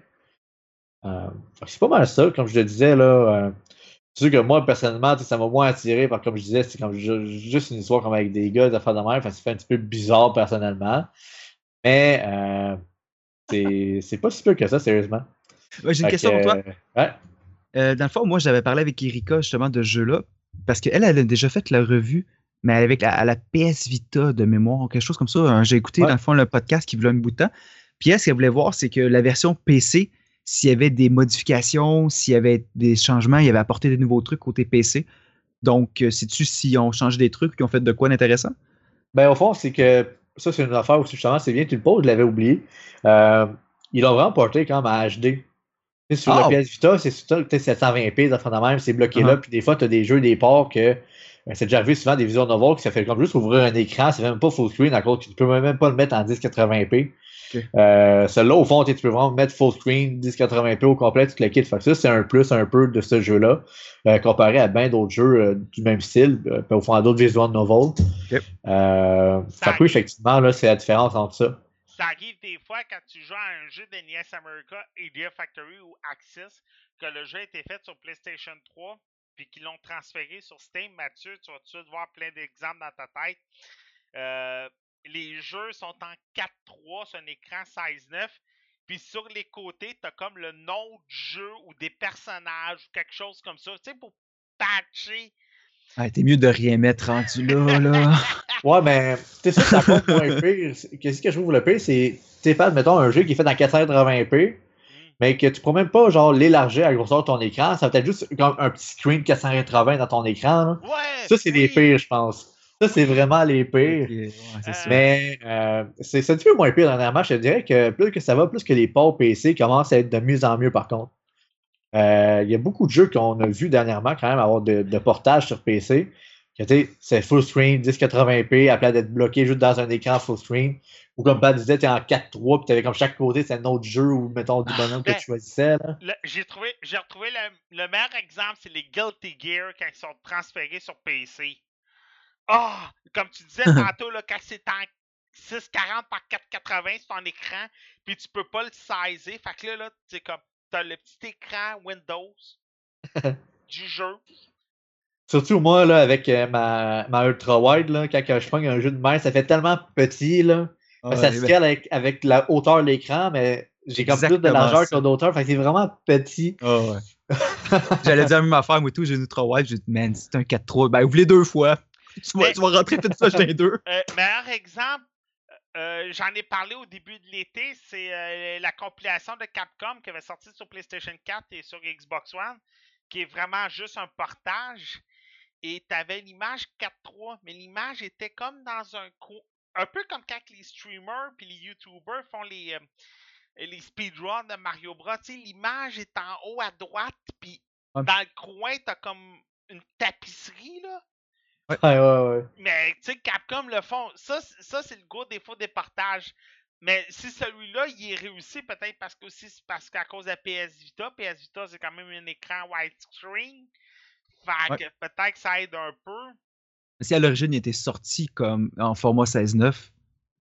Euh, fait que c'est pas mal ça, comme je le disais, là. Euh, c'est sûr que moi, personnellement, tu sais, ça m'a moins attiré, parce que comme je disais, c'est comme ju- juste une histoire comme avec des gars, des affaires de même, fait que ça fait un petit peu bizarre personnellement. Mais euh, c'est c'est pas si peu que ça, sérieusement. Ouais, j'ai une Fait que, question pour toi. euh, ouais. Euh, dans le fond, moi, j'avais parlé avec Erika justement de ce jeu-là, parce qu'elle, elle a déjà fait la revue, mais avec la, à la P S Vita de mémoire, ou quelque chose comme ça. Hein. J'ai écouté, Ouais. dans le fond, le podcast qui voulait un bout de temps. Puis elle, ce qu'elle voulait voir, c'est que la version P C, s'il y avait des modifications, s'il y avait des changements, il y avait apporté des nouveaux trucs côté P C. Donc, euh, sais-tu si on change des trucs et on fait de quoi d'intéressant? Ben, au fond, c'est que ça, c'est une affaire aussi, justement, c'est bien, tu le poses, je l'avais oublié. Euh, ils l'ont vraiment porté quand même à H D. Tu sais, sur le Ah! P S Vita, c'est sur ça, sept cent vingt p, d'enfant de même, c'est bloqué là. Uh-huh. Puis des fois, tu as des jeux, des ports que euh, c'est déjà arrivé souvent des visual novels qui ça fait comme juste ouvrir un écran, c'est même pas full screen, à cause tu peux même pas le mettre en dix quatre-vingts p. Ok. Euh, Celui-là, au fond, tu peux vraiment mettre full screen, dix quatre-vingts p au complet, tu te le quittes. Fait que ça, c'est un plus un peu de ce jeu-là, euh, comparé à bien d'autres jeux euh, du même style, euh, au fond, à d'autres visual novels. Ok. Euh, Ça fait que oui, arrive. effectivement, là, c'est la différence entre ça. Ça arrive des fois quand tu joues à un jeu de N E S America, Idea Factory ou Axis, que le jeu a été fait sur PlayStation trois, puis qu'ils l'ont transféré sur Steam. Mathieu, tu vas tout de suite voir plein d'exemples dans ta tête. Euh, les jeux sont en quatre trois, c'est un écran seize neuf. Puis sur les côtés, t'as comme le nom du jeu ou des personnages ou quelque chose comme ça. Tu sais, pour patcher. Ah, t'es mieux de rien mettre rendu là, là. Ouais, mais c'est ça, ça compte moins pire. Qu'est-ce que je trouve le pire, c'est, tu sais, pas, mettons, un jeu qui est fait en quatre cent quatre-vingts p, Hmm. mais que tu pourras même pas, genre, l'élargir à la grosseur de ton écran. Ça va peut-être juste comme un petit screen quatre cent quatre-vingts dans ton écran, là. Ouais, Ça, c'est les oui. pires, je pense. Ça, c'est vraiment les Ok, pires. ouais, c'est Euh, ça. Mais euh, c'est ça devient moins pire dernièrement. Je te dirais que plus que ça va, plus que les ports P C commencent à être de mieux en mieux par contre. Euh, Il y a beaucoup de jeux qu'on a vu dernièrement quand même avoir de, de portage sur P C. Que, tu sais, c'est full screen, dix quatre-vingts p, après d'être bloqué juste dans un écran full screen. Ou comme Pat disait, t'es en quatre trois, puis t'avais comme chaque côté, c'est un autre jeu ou mettons du bonhomme que ben, tu choisissais. Là. le- j'ai trouvé, j'ai retrouvé le, le meilleur exemple, c'est les Guilty Gear quand ils sont transférés sur P C. Ah! Comme tu disais tantôt, là, quand c'est en six quarante par quatre quatre-vingts sur ton écran, puis tu peux pas le sizer. Fait que là, là c'est comme, t'as le petit écran Windows du jeu. Surtout moi, là, avec euh, ma, ma ultra wide, là, quand je prends un jeu de mer, ça fait tellement petit, là. Ah Parce que ça ouais, se ben, scale avec, avec la hauteur de l'écran, mais j'ai comme plus de exactement largeur que ça. d'auteur, fait que c'est vraiment petit. Ah ouais. J'allais dire la même affaire, moi tout, j'ai une ultra wide, j'ai dit, man, c'est un quatre trois. Ben, oublie deux fois. Tu vas, Mais, tu vas rentrer tout ça dans les deux. euh, meilleur exemple, euh, j'en ai parlé au début de l'été, c'est euh, la compilation de Capcom qui avait sorti sur PlayStation quatre et sur Xbox One, qui est vraiment juste un portage. Et t'avais l'image quatre trois, mais l'image était comme dans un coin. Un peu comme quand les streamers puis les YouTubers font les, euh, les speedruns de Mario Bros. Tu sais, l'image est en haut à droite, puis Ouais. dans le coin, t'as comme une tapisserie, là. Ouais, ouais, ouais. Mais, tu sais, Capcom le font. Ça, c- ça c'est le gros défaut des portages. Mais si celui-là, il est réussi, peut-être parce que aussi c'est parce qu'à cause de P S Vita, P S Vita, c'est quand même un écran widescreen. Fait Ouais. que peut-être que ça aide un peu. Si à l'origine, il était sorti comme en format seize neuf.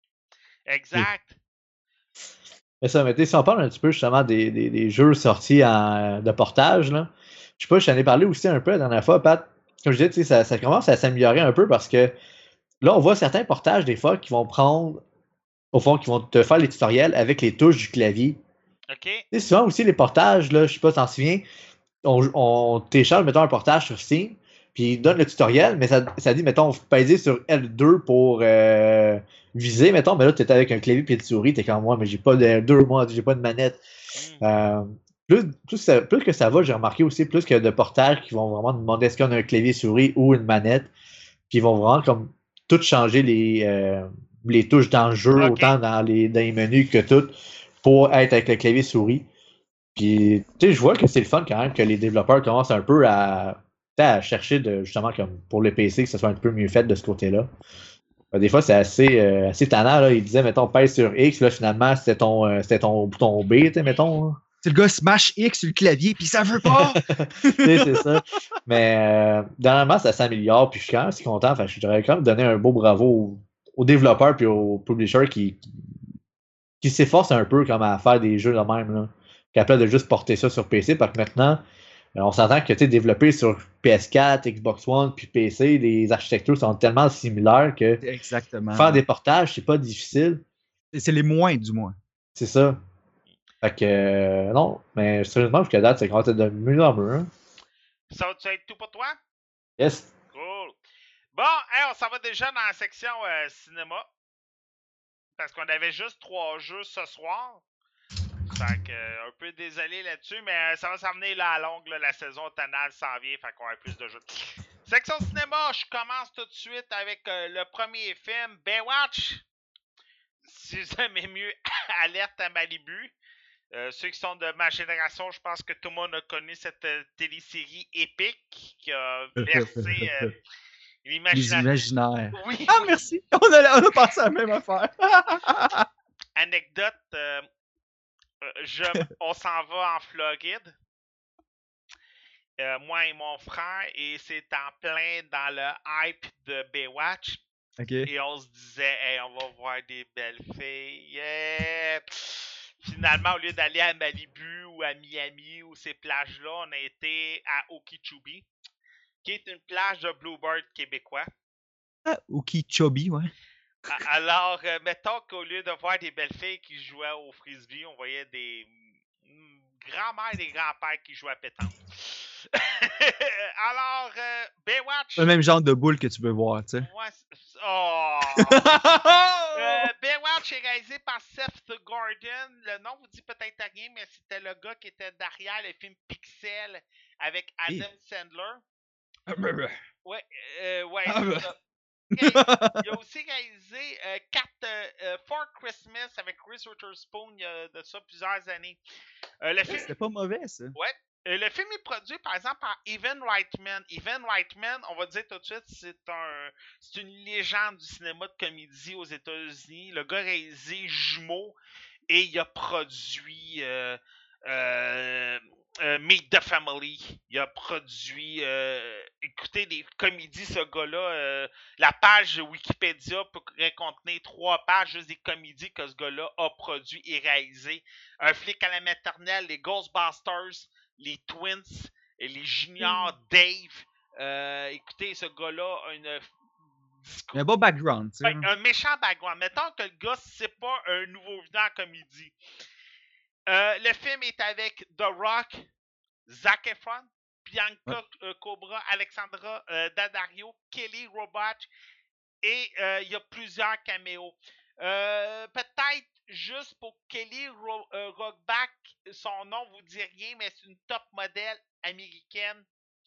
Exact. Mais ça, mais tu sais, si on parle un petit peu justement des, des, des jeux sortis en, de portage, là, je sais pas, je t'en ai parlé aussi un peu la dernière fois, Pat. Comme je disais, tu sais, ça, ça commence à s'améliorer un peu parce que là, on voit certains portages des fois qui vont prendre, au fond, qui vont te faire les tutoriels avec les touches du clavier. OK? Tu sais, souvent aussi, les portages, là, je sais pas si t'en souviens, on, on télécharge, mettons, un portage sur Steam, puis il donne le tutoriel, mais ça, ça dit, mettons, peser sur L deux pour euh, viser, mettons, mais là, tu es avec un clavier et une souris, t'es comme moi, mais j'ai pas de L deux, moi, j'ai pas de manette. Mhm. Euh, plus, plus, ça- plus que ça va, j'ai remarqué aussi, plus que de portages qui vont vraiment demander est-ce qu'on a un clavier souris ou une manette, puis ils vont vraiment comme tout changer les, euh, les touches dans le jeu, OK. autant dans les, dans les menus que tout, pour être avec le clavier souris. Puis, tu sais, je vois que c'est le fun quand même que les développeurs commencent un peu à, à chercher de, justement, comme pour le P C, que ce soit un peu mieux fait de ce côté-là. Euh, Des fois, c'est assez, euh, assez tannant, là. Ils disaient, mettons, pèse sur X, là, finalement, c'était ton, euh, c'était ton bouton B, tu sais, mettons. C'est le gars smash X sur le clavier, puis ça veut pas! Tu sais, c'est ça. Mais, euh, dernièrement, ça s'améliore, puis je suis quand même assez content. Enfin, je voudrais quand même donner un beau bravo aux, aux développeurs puis aux publishers qui, qui, qui s'efforcent un peu comme à faire des jeux de même, là. Capable de juste porter ça sur P C, parce que maintenant, euh, on s'entend que tu sais, développer sur P S quatre, Xbox One puis P C, les architectures sont tellement similaires que Exactement. faire ouais. des portages, c'est pas difficile. C'est c'est les moins, du moins. C'est ça. Fait que euh, non, mais sérieusement, jusqu'à date, c'est quand même de mieux en mieux. Hein. Ça va être tout pour toi? Yes. Cool. Bon, hey, on s'en va déjà dans la section euh, cinéma. Parce qu'on avait juste trois jeux ce soir. Fait que, euh, un peu désolé là-dessus, mais euh, ça va s'en venir là à longue. Là, la saison automnale s'en vient, fait qu'on a plus de jeux. Section cinéma, je commence tout de suite avec euh, le premier film, Baywatch. Si vous aimez mieux, Alerte à Malibu. Euh, ceux qui sont de ma génération, je pense que tout le monde a connu cette euh, télésérie épique qui a versé euh, Les l'imagination. imaginaires. Oui, Ah, oui. merci! On a, on a pensé à la même affaire. Anecdote, euh, euh, je, on s'en va en Floride. Euh, moi et mon frère, et c'est en plein dans le hype de Baywatch. OK. Et on se disait, hey, on va voir des belles filles. Yeah! Finalement, au lieu d'aller à Malibu ou à Miami ou ces plages-là, on a été à Okeechobee, qui est une plage de Bluebird québécois. Ah, Okeechobee, ouais. A- Alors, euh, mettons qu'au lieu de voir des belles filles qui jouaient au frisbee, on voyait des mm, grands-mères et des grands-pères qui jouaient à pétanque. Alors, euh, Baywatch. C'est le même genre de boule que tu peux voir, tu sais. Ouais, c'est- oh! Euh, Baywatch est réalisé par Seth Gordon. Le nom vous dit peut-être rien, mais c'était le gars qui était derrière le film Pixel avec Adam Sandler. Ouais, euh, ouais, Ah, c'est ben. ça. Il a aussi réalisé euh, quatre, euh, euh, For Christmas avec Reese Witherspoon il y a de ça plusieurs années. Euh, le film C'était pas mauvais, ça. Ouais. Euh, le film est produit, par exemple, par Evan Reitman. Evan Reitman, on va dire tout de suite, c'est un, c'est une légende du cinéma de comédie aux États-Unis. Le gars a réalisé Jumeaux et il a produit euh, euh, euh, Meet the Family. Il a produit, euh, écoutez, des comédies, ce gars-là. Euh, la page Wikipédia pourrait contenir trois pages juste des comédies que ce gars-là a produit et réalisé. Un flic à la maternelle, les Ghostbusters, les Twins, et les Juniors, Dave. Euh, écoutez, ce gars-là a une Il a un bon background, tu sais. ben, un méchant background. Mettons que le gars, c'est pas un nouveau venant en comédie. Euh, le film est avec The Rock, Zac Efron, Bianca Ouais. euh, Cobra, Alexandra euh, Daddario, Kelly Robach et euh, il y a plusieurs caméos. Euh, peut-être juste pour Kelly Ro- euh, Rockback, son nom vous dit rien, mais c'est une top modèle américaine,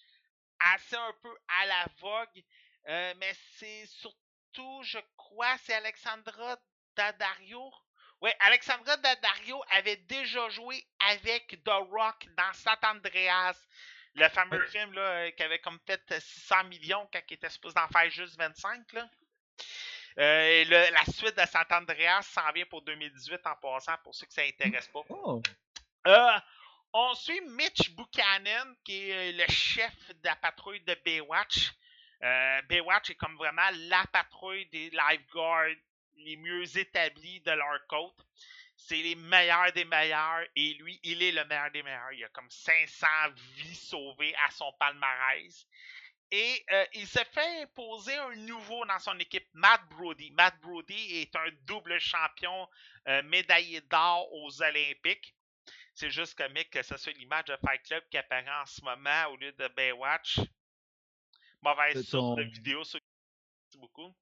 assez un peu à la vogue, euh, mais c'est surtout, je crois, c'est Alexandra Daddario. Oui, Alexandra Daddario avait déjà joué avec The Rock dans San Andreas, le fameux Ouais. film là, euh, qui avait comme fait six cents millions quand il était supposé d'en faire juste vingt-cinq. Là. Euh, et le- la suite de San Andreas s'en vient pour deux mille dix-huit en passant, pour ceux que ça intéresse pas. Oh, Euh, on suit Mitch Buchanan, qui est le chef de la patrouille de Baywatch. Euh, Baywatch est comme vraiment la patrouille des lifeguards les mieux établis de leur côte. C'est les meilleurs des meilleurs et lui, il est le meilleur des meilleurs. Il a comme cinq cents vies sauvées à son palmarès. Et euh, il se fait imposer un nouveau dans son équipe, Matt Brody. Matt Brody est un double champion euh, médaillé d'or aux Olympiques. C'est juste comique que ce soit l'image de Fight Club qui apparaît en ce moment au lieu de Baywatch. Mauvaise de source ton, de vidéo, ceux qui beaucoup.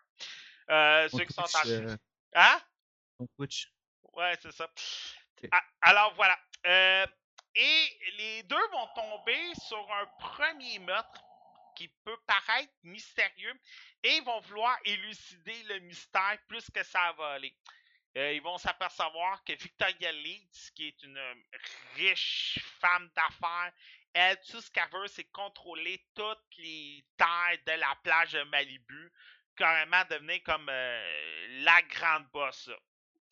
Euh, ton ceux qui sont Twitch. en... euh, Hein? ton Twitch. Ouais, c'est ça. Ok. Ah, alors voilà. Euh, et les deux vont tomber sur un premier meurtre qui peut paraître mystérieux et ils vont vouloir élucider le mystère plus que ça va aller. Euh, ils vont s'apercevoir que Victoria Leeds, qui est une euh, riche femme d'affaires, elle, tout ce qu'elle veut, c'est contrôler toutes les terres de la plage de Malibu, carrément devenir comme euh, la grande boss. Là.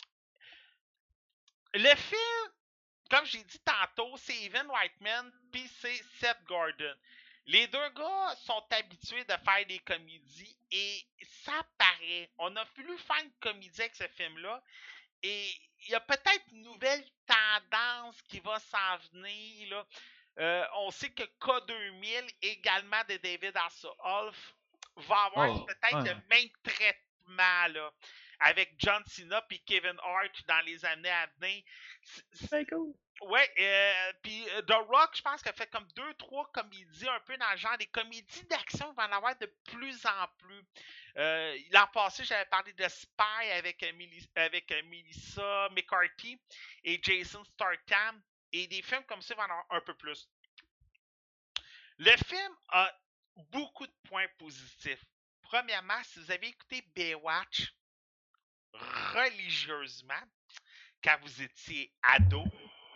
Le film, comme j'ai dit tantôt, c'est Evan Reitman puis c'est Seth Gordon. Les deux gars sont habitués de faire des comédies et ça paraît. On a voulu faire une comédie avec ce film-là et il y a peut-être une nouvelle tendance qui va s'en venir. Là. Euh, on sait que K deux mille, également de David Hasselhoff, va avoir Oh, peut-être ouais. le même traitement là, avec John Cena et Kevin Hart dans les années à venir. C'est- C'est cool. Ouais, euh, puis euh, The Rock, je pense qu'il a fait comme deux, trois comédies un peu dans le genre. Des comédies d'action, il va en avoir de plus en plus. Euh, L'an passé, j'avais parlé de Spy avec, euh, Meli- avec euh, Melissa McCarthy et Jason Statham. Et des films comme ça, il va en avoir un peu plus. Le film a beaucoup de points positifs. Premièrement, si vous avez écouté Baywatch religieusement quand vous étiez ado,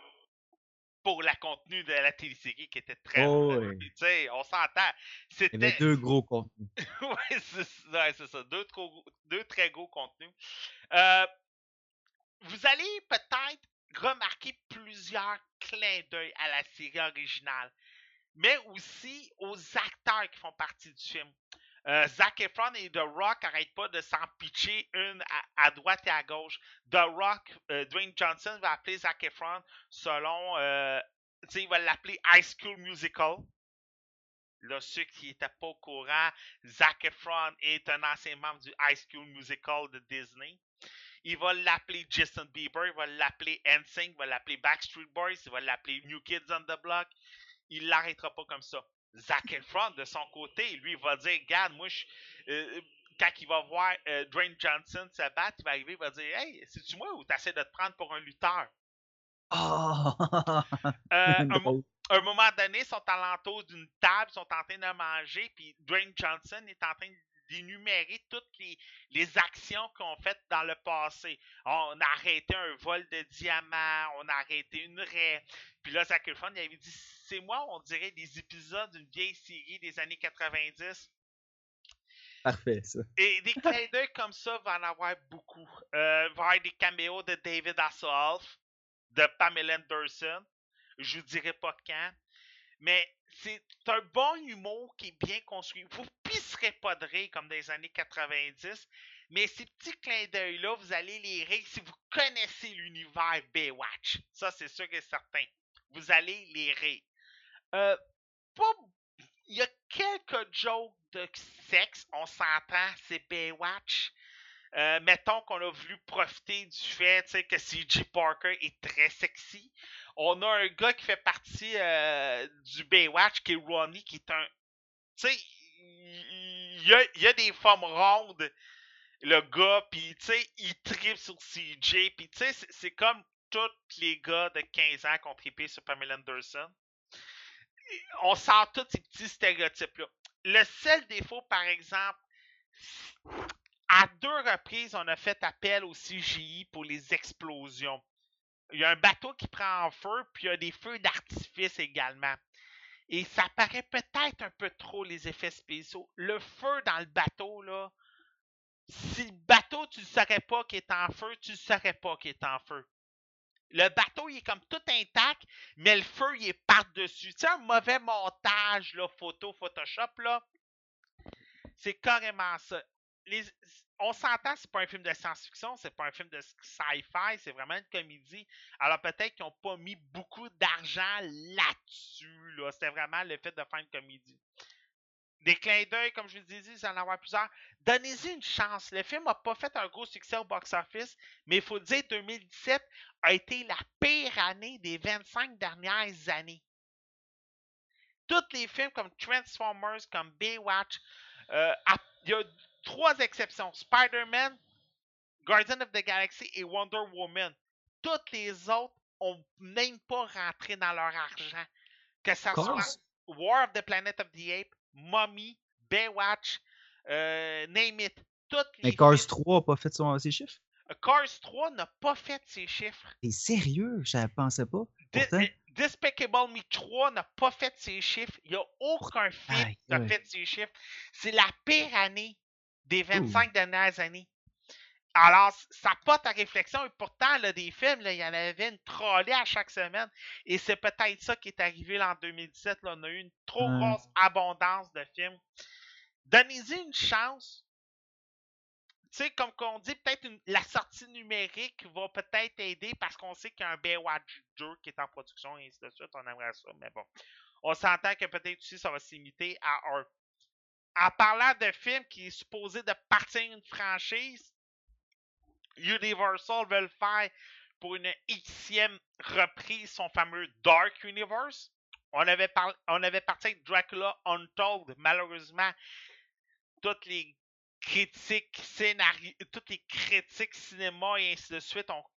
pour la contenu de la télésérie qui était très Oh, bonne. ouais. Tu sais, on s'entend. Il y avait C'était. deux gros contenus. ouais, c'est ouais, c'est ça. Deux, trop, deux très gros contenus. Euh, vous allez peut-être remarquer plusieurs clins d'œil à la série originale, mais aussi aux acteurs qui font partie du film. Euh, Zac Efron et The Rock n'arrêtent pas de s'en pitcher une à, à droite et à gauche. The Rock, euh, Dwayne Johnson va appeler Zac Efron selon, euh, tu sais, il va l'appeler High School Musical. Là, ceux qui n'étaient pas au courant, Zac Efron est un ancien membre du High School Musical de Disney. Il va l'appeler Justin Bieber, il va l'appeler N Sync, il va l'appeler Backstreet Boys, il va l'appeler New Kids on the Block. Il l'arrêtera pas comme ça. Zac Efron, de son côté, lui, il va dire, regarde, moi, je, euh, quand il va voir euh, Dwayne Johnson se battre, il va arriver, il va dire, hey, c'est-tu moi ou t'essaies de te prendre pour un lutteur? Oh! Euh, un, Drôle. un moment donné, ils sont alentour d'une table, ils sont en train de manger, puis Dwayne Johnson est en train d'énumérer toutes les, les actions qu'on fait dans le passé. On a arrêté un vol de diamants, on a arrêté une raie. Puis là, Zac Efron, il avait dit, c'est moi, on dirait des épisodes d'une vieille série des années quatre-vingt-dix. Parfait, ça. Et des clins d'œil comme ça, va en avoir beaucoup. Euh, il va y avoir des caméos de David Hasselhoff, de Pamela Anderson. Je vous dirai pas quand. Mais c'est un bon humour qui est bien construit. Vous pisserez pas de rire comme dans les années quatre-vingt-dix. Mais ces petits clins d'œil-là, vous allez les rire si vous connaissez l'univers Baywatch. Ça, c'est sûr et certain. Vous allez les rire. Euh, pas Il y a quelques jokes de sexe, on s'entend, c'est Baywatch. Euh, mettons qu'on a voulu profiter du fait que C J Parker est très sexy. On a un gars qui fait partie euh, du Baywatch, qui est Ronnie, qui est un... Tu sais, il y a, y a des femmes rondes, le gars, puis tu sais, il tripe sur C J, puis tu sais, c'est, c'est comme tous les gars de quinze ans qui ont trippé sur Pamela Anderson. On sent tous ces petits stéréotypes-là. Le seul défaut, par exemple, à deux reprises, on a fait appel au C G I pour les explosions. Il y a un bateau qui prend en feu, puis il y a des feux d'artifice également. Et ça paraît peut-être un peu trop, les effets spéciaux. Le feu dans le bateau, là, si le bateau, tu ne saurais pas qu'il est en feu, tu ne saurais pas qu'il est en feu. Le bateau, il est comme tout intact, mais le feu, il est par-dessus. Tu sais, un mauvais montage, là, photo, Photoshop, là, c'est carrément ça. Les, on s'entend, c'est pas un film de science-fiction, c'est pas un film de sci-fi, c'est vraiment une comédie. Alors peut-être qu'ils n'ont pas mis beaucoup d'argent là-dessus. Là. C'était vraiment le fait de faire une comédie. Des clins d'œil, comme je vous ai dit, vous en avoir plusieurs. Donnez-y une chance. Le film n'a pas fait un gros succès au box-office, mais il faut dire que deux mille dix-sept a été la pire année des vingt-cinq dernières années. Tous les films comme Transformers, comme Baywatch, euh, il y a trois exceptions. Spider-Man, Guardians of the Galaxy et Wonder Woman. Toutes les autres ont même pas rentré dans leur argent. Que ça Cars? soit War of the Planet of the Apes, Mummy, Baywatch, euh, name it. Toutes les Mais Cars films... trois n'a pas fait son, ses chiffres? Cars trois n'a pas fait ses chiffres. T'es sérieux? Je ne pensais pas. Pourtant... Dis- Despicable Me trois n'a pas fait ses chiffres. Il n'y a aucun film Aïe, qui a aïe. fait ses chiffres. C'est la pire année des vingt-cinq Ouh. dernières années. Alors, ça porte à réflexion. Et pourtant, là, des films, là, il y en avait une trollée à chaque semaine. Et c'est peut-être ça qui est arrivé là, en deux mille dix-sept. Là, on a eu une trop Ouais. grosse abondance de films. Donnez-y une chance. Tu sais, comme on dit, peut-être une- la sortie numérique va peut-être aider parce qu'on sait qu'il y a un Baywatch deux qui est en production et ainsi de suite. On aimerait ça, mais bon. On s'entend que peut-être aussi ça va s'imiter à un. En parlant de film qui est supposé de partir une franchise, Universal veut le faire pour une Xème reprise son fameux Dark Universe. On avait, par... on avait parti avec Dracula Untold. Malheureusement, toutes les critiques scénario, toutes les critiques cinéma et ainsi de suite ont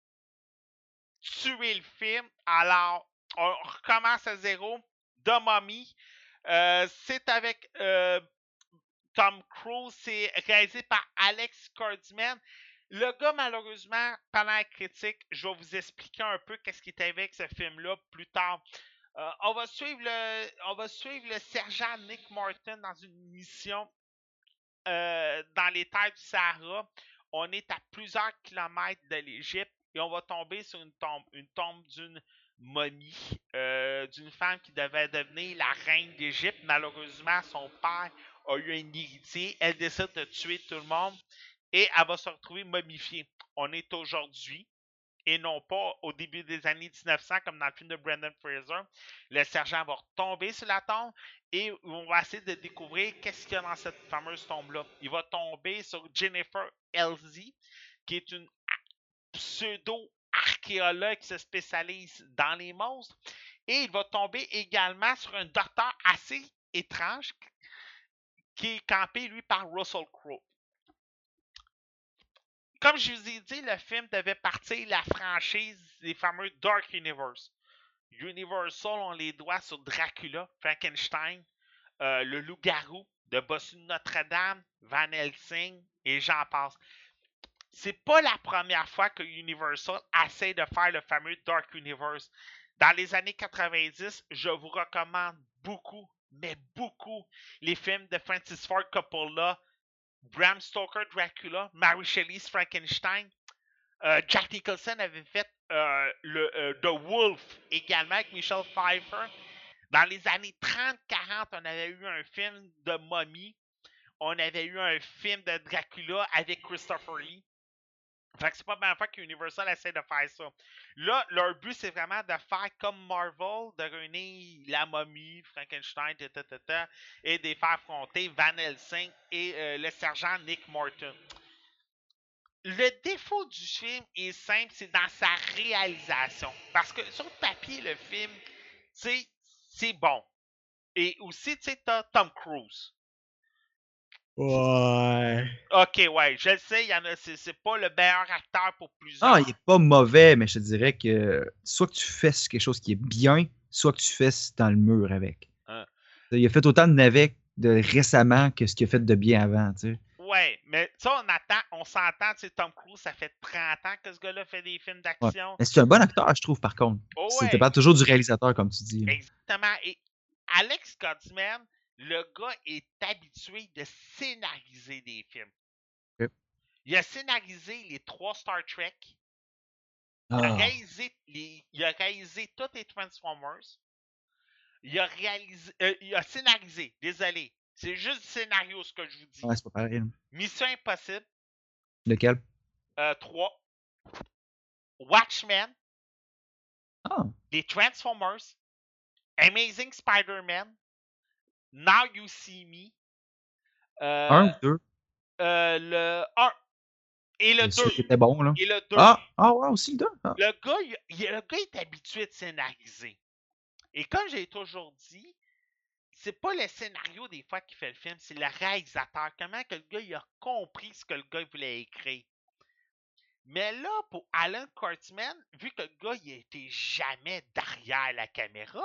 tué le film. Alors, on recommence à zéro. The Mummy. Euh, c'est avec euh, Tom Cruise. C'est réalisé par Alex Kurtzman. Le gars, malheureusement, pendant la critique, je vais vous expliquer un peu qu'est-ce qui est avec ce film-là plus tard. Euh, on va suivre le, on va suivre le sergent Nick Martin dans une mission euh, dans les terres du Sahara. On est à plusieurs kilomètres de l'Égypte et on va tomber sur une tombe, une tombe d'une momie, euh, d'une femme qui devait devenir la reine d'Égypte. Malheureusement, son père a eu un héritier. Elle décide de tuer tout le monde et elle va se retrouver momifiée. On est aujourd'hui et non pas au début des années dix-neuf cents comme dans le film de Brendan Fraser. Le sergent va retomber sur la tombe et on va essayer de découvrir qu'est-ce qu'il y a dans cette fameuse tombe-là. Il va tomber sur Jennifer Elzy, qui est une pseudo-archéologue qui se spécialise dans les monstres. Et il va tomber également sur un docteur assez étrange qui est campé, lui, par Russell Crowe. Comme je vous ai dit, le film devait partir la franchise des fameux Dark Universe. Universal, on les doit sur Dracula, Frankenstein, euh, le loup-garou, de Bossu de Notre-Dame, Van Helsing, et j'en passe. C'est pas la première fois que Universal essaie de faire le fameux Dark Universe. Dans les années quatre-vingt-dix, je vous recommande beaucoup, mais beaucoup, les films de Francis Ford Coppola, Bram Stoker Dracula, Mary Shelley's Frankenstein. Euh, Jack Nicholson avait fait euh, le, euh, The Wolf également avec Michelle Pfeiffer. Dans les années trente quarante, on avait eu un film de momie. On avait eu un film de Dracula avec Christopher Lee. Fait que c'est pas la première fois qu'Universal essaie de faire ça. Là, leur but, c'est vraiment de faire comme Marvel, de réunir la momie, Frankenstein, tata, tata, et de faire affronter Van Helsing et euh, le sergent Nick Morton. Le défaut du film est simple, c'est dans sa réalisation. Parce que sur le papier, le film, tu sais, c'est bon. Et aussi, tu sais, t'as Tom Cruise. Ouais. Ok, ouais, je le sais, y en a, c'est, c'est pas le meilleur acteur pour plusieurs. Non, il est pas mauvais, mais je te dirais que soit que tu fais quelque chose qui est bien, soit que tu fais dans le mur avec. Hein. Il a fait autant de navets de récemment que ce qu'il a fait de bien avant, tu sais. Ouais, mais ça, on attend, on s'entend, tu sais, Tom Cruise, ça fait trente ans que ce gars-là fait des films Ouais. d'action. Mais c'est un bon acteur, je trouve, par contre. Oh C'était ouais, pas toujours du réalisateur, comme tu dis. exactement. Et Alex Kurtzman, le gars est habitué de scénariser des films. Ok. Il a scénarisé les trois Star Trek. Il a Ah. réalisé, les, il a réalisé tous les Transformers. Il a réalisé, euh, il a scénarisé, désolé. C'est juste du scénario ce que je vous dis. Ouais, c'est pas pareil. là. Mission Impossible, Lequel? euh, trois. Watchmen, Ah. les Transformers, Amazing Spider-Man, Now You See Me, euh, Un ou deux? euh, le un et le C'est sûr qu'il deux. était bon, là. Et le deux. Ah, ah ouais, aussi le deux. Ah. Le gars, il, il- le gars est habitué de scénariser. Et comme j'ai toujours dit, c'est pas le scénario des fois qui fait le film, c'est le réalisateur. Comment que le gars il a compris ce que le gars voulait écrire. Mais là, pour Alan Kurtzman, vu que le gars il était jamais derrière la caméra,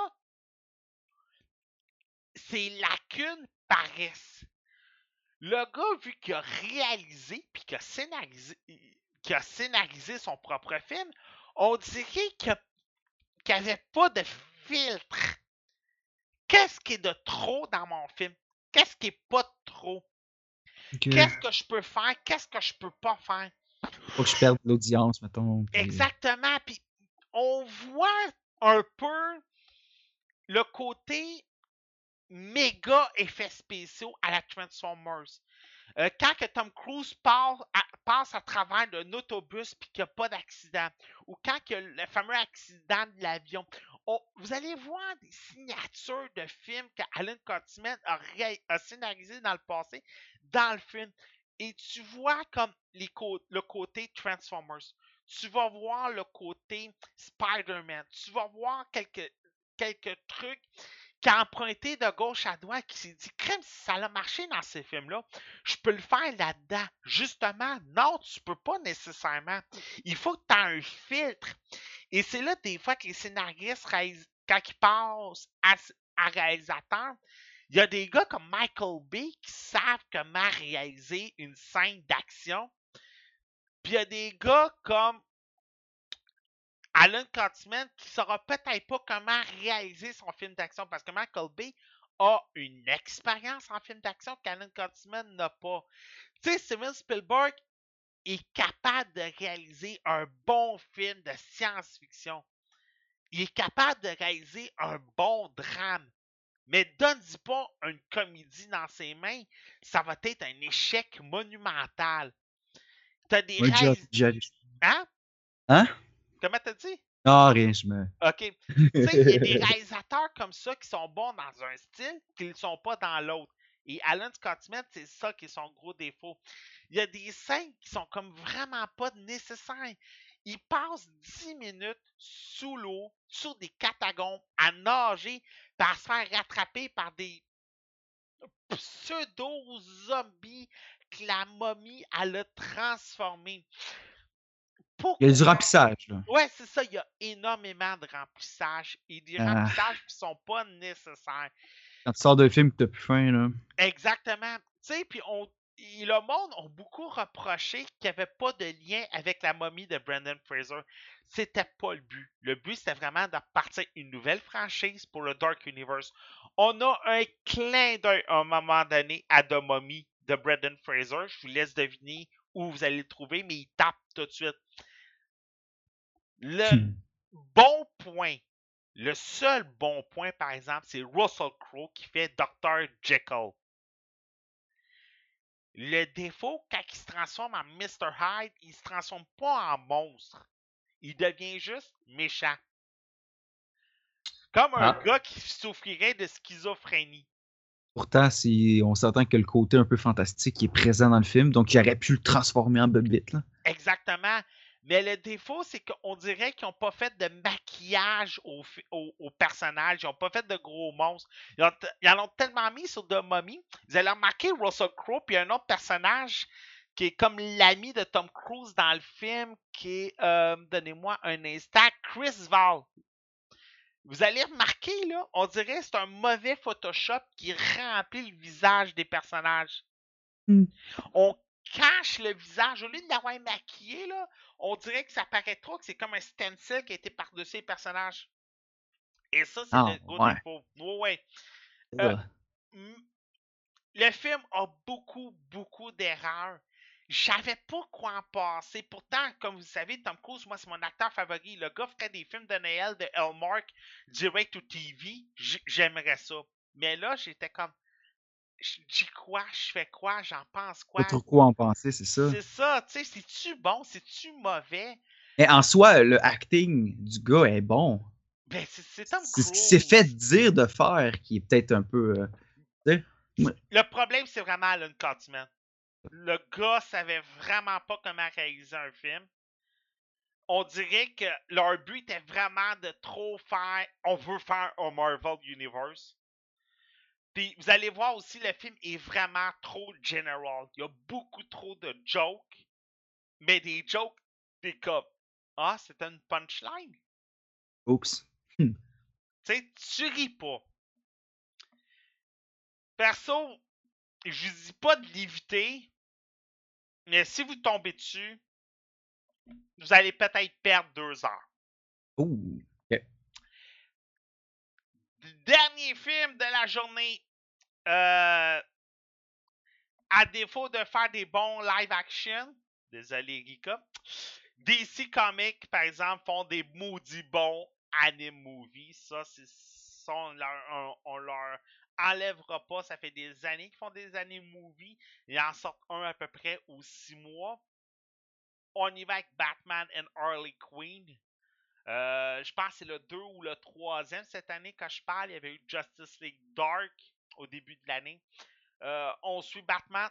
ses lacunes paraissent. Le gars, vu qu'il a réalisé puis qu'il a scénarisé, qu'il a scénarisé son propre film, on dirait qu'il n'y avait pas de filtre. Qu'est-ce qui est de trop dans mon film? Qu'est-ce qui est pas de trop? Ok. Qu'est-ce que je peux faire? Qu'est-ce que je peux pas faire? Faut que je perde l'audience, mettons. puis- Exactement. Puis on voit un peu le côté méga effets spéciaux à la Transformers. Euh, quand que Tom Cruise part à- passe à travers d'un autobus puis qu'il n'y a pas d'accident, ou quand il y a le fameux accident de l'avion, on- vous allez voir des signatures de films qu'Alan Kurtzman a, ré- a scénarisé dans le passé dans le film. Et tu vois comme les cô- le côté Transformers. Tu vas voir le côté Spider-Man. Tu vas voir quelques, quelques trucs qui a emprunté de gauche à droite, qui s'est dit, crème, si ça a marché dans ces films-là, je peux le faire là-dedans. Justement, non, tu peux pas nécessairement. Il faut que tu aies un filtre. Et c'est là, des fois, que les scénaristes, réalis- quand ils passent à, à réalisateur, il y a des gars comme Michael Bay qui savent comment réaliser une scène d'action. Puis il y a des gars comme Alan Kurtzman qui ne saura peut-être pas comment réaliser son film d'action parce que Michael Bay a une expérience en film d'action qu'Alan Kurtzman n'a pas. Tu sais, Steven Spielberg est capable de réaliser un bon film de science-fiction. Il est capable de réaliser un bon drame. Mais donne-y pas une comédie dans ses mains, ça va être un échec monumental. T'as des Ouais, déjà- réalisateurs. déjà- Hein? Hein? Comment t'as dit? Non, rien, je me. OK. Tu sais, il y a des réalisateurs comme ça qui sont bons dans un style, qui ne sont pas dans l'autre. Et Alan Kurtzman, c'est ça qui est son gros défaut. Il y a des scènes qui sont comme vraiment pas nécessaires. Il passe dix minutes sous l'eau, sur des catacombes, à nager, puis à se faire rattraper par des pseudo-zombies que la momie, elle a transformé. Il y a du Pourquoi? remplissage, là. Ouais, c'est ça. Il y a énormément de remplissage et des Ah. remplissages qui sont pas nécessaires. Quand tu sors d'un film que t'as plus faim, là. Exactement. Tu sais, puis on. Et le monde a beaucoup reproché qu'il n'y avait pas de lien avec la momie de Brendan Fraser. C'était pas le but. Le but, c'était vraiment de partir une nouvelle franchise pour le Dark Universe. On a un clin d'œil à un moment donné à The Mummy de Brendan Fraser. Je vous laisse deviner où vous allez le trouver, mais il tape tout de suite. Le Hmm. bon point, le seul bon point, par exemple, c'est Russell Crowe qui fait docteur Jekyll. Le défaut, quand il se transforme en mister Hyde, il se transforme pas en monstre. Il devient juste méchant. Comme un Ah. gars qui souffrirait de schizophrénie. Pourtant, si on s'entend que le côté un peu fantastique est présent dans le film, donc il aurait pu le transformer en bobite, là. Exactement. Mais le défaut, c'est qu'on dirait qu'ils n'ont pas fait de maquillage au, au, au personnage. Ils n'ont pas fait de gros monstres. Ils, ont ils en ont tellement mis sur The Mummy. Vous allez remarquer Russell Crowe, puis un autre personnage qui est comme l'ami de Tom Cruise dans le film, qui est, euh, donnez-moi un instant, Chris Val. Vous allez remarquer, là, on dirait que c'est un mauvais Photoshop qui remplit le visage des personnages. Mm. On cache le visage. Au lieu de l'avoir maquillé, là, on dirait que ça paraît trop que c'est comme un stencil qui a été par-dessus les personnages. Et ça, c'est Ah, le gros ouais. défaut. Oh, ouais. Euh, Ugh. le film a beaucoup, beaucoup d'erreurs. Je savais pas quoi en penser. Pourtant, comme vous savez, Tom Cruise, moi, c'est mon acteur favori. Le gars ferait des films de Noël de Hallmark direct to T V. J'aimerais ça. Mais là, j'étais comme, je dis quoi, je fais quoi, j'en pense Pas quoi. trop quoi en penser, c'est ça. C'est ça, tu sais, c'est-tu bon, c'est-tu mauvais? Mais en soi, le acting du gars est bon. Ben, c'est c'est Tom C'est ce qu'il s'est fait Cruise. dire de faire qui est peut-être un peu. euh, tu sais, moi- Le problème, c'est vraiment Alan Cutman. Le gars savait vraiment pas comment réaliser un film. On dirait que leur but était vraiment de trop faire. On veut faire un Marvel Universe. Puis vous allez voir aussi, le film est vraiment trop general. Il y a beaucoup trop de jokes, mais des jokes, des comme ah, c'était une punchline. Oups. Hmm. Tu sais, tu ris pas. Perso, je vous dis pas de l'éviter, mais si vous tombez dessus, vous allez peut-être perdre deux heures. Ouh. Ok. Dernier film de la journée. Euh, à défaut de faire des bons live action, désolé Rika, D C Comics, par exemple, font des maudits bons anime movies. Ça, c'est ça, on leur, on, on leur enlèvera pas. Ça fait des années qu'ils font des anime movies. Ils en sortent un à peu près aux six mois. On y va avec Batman and Harley Quinn. Euh, je pense que c'est le deux ou le troisième cette année quand je parle. Il y avait eu Justice League Dark au début de l'année. Euh, on suit Batman.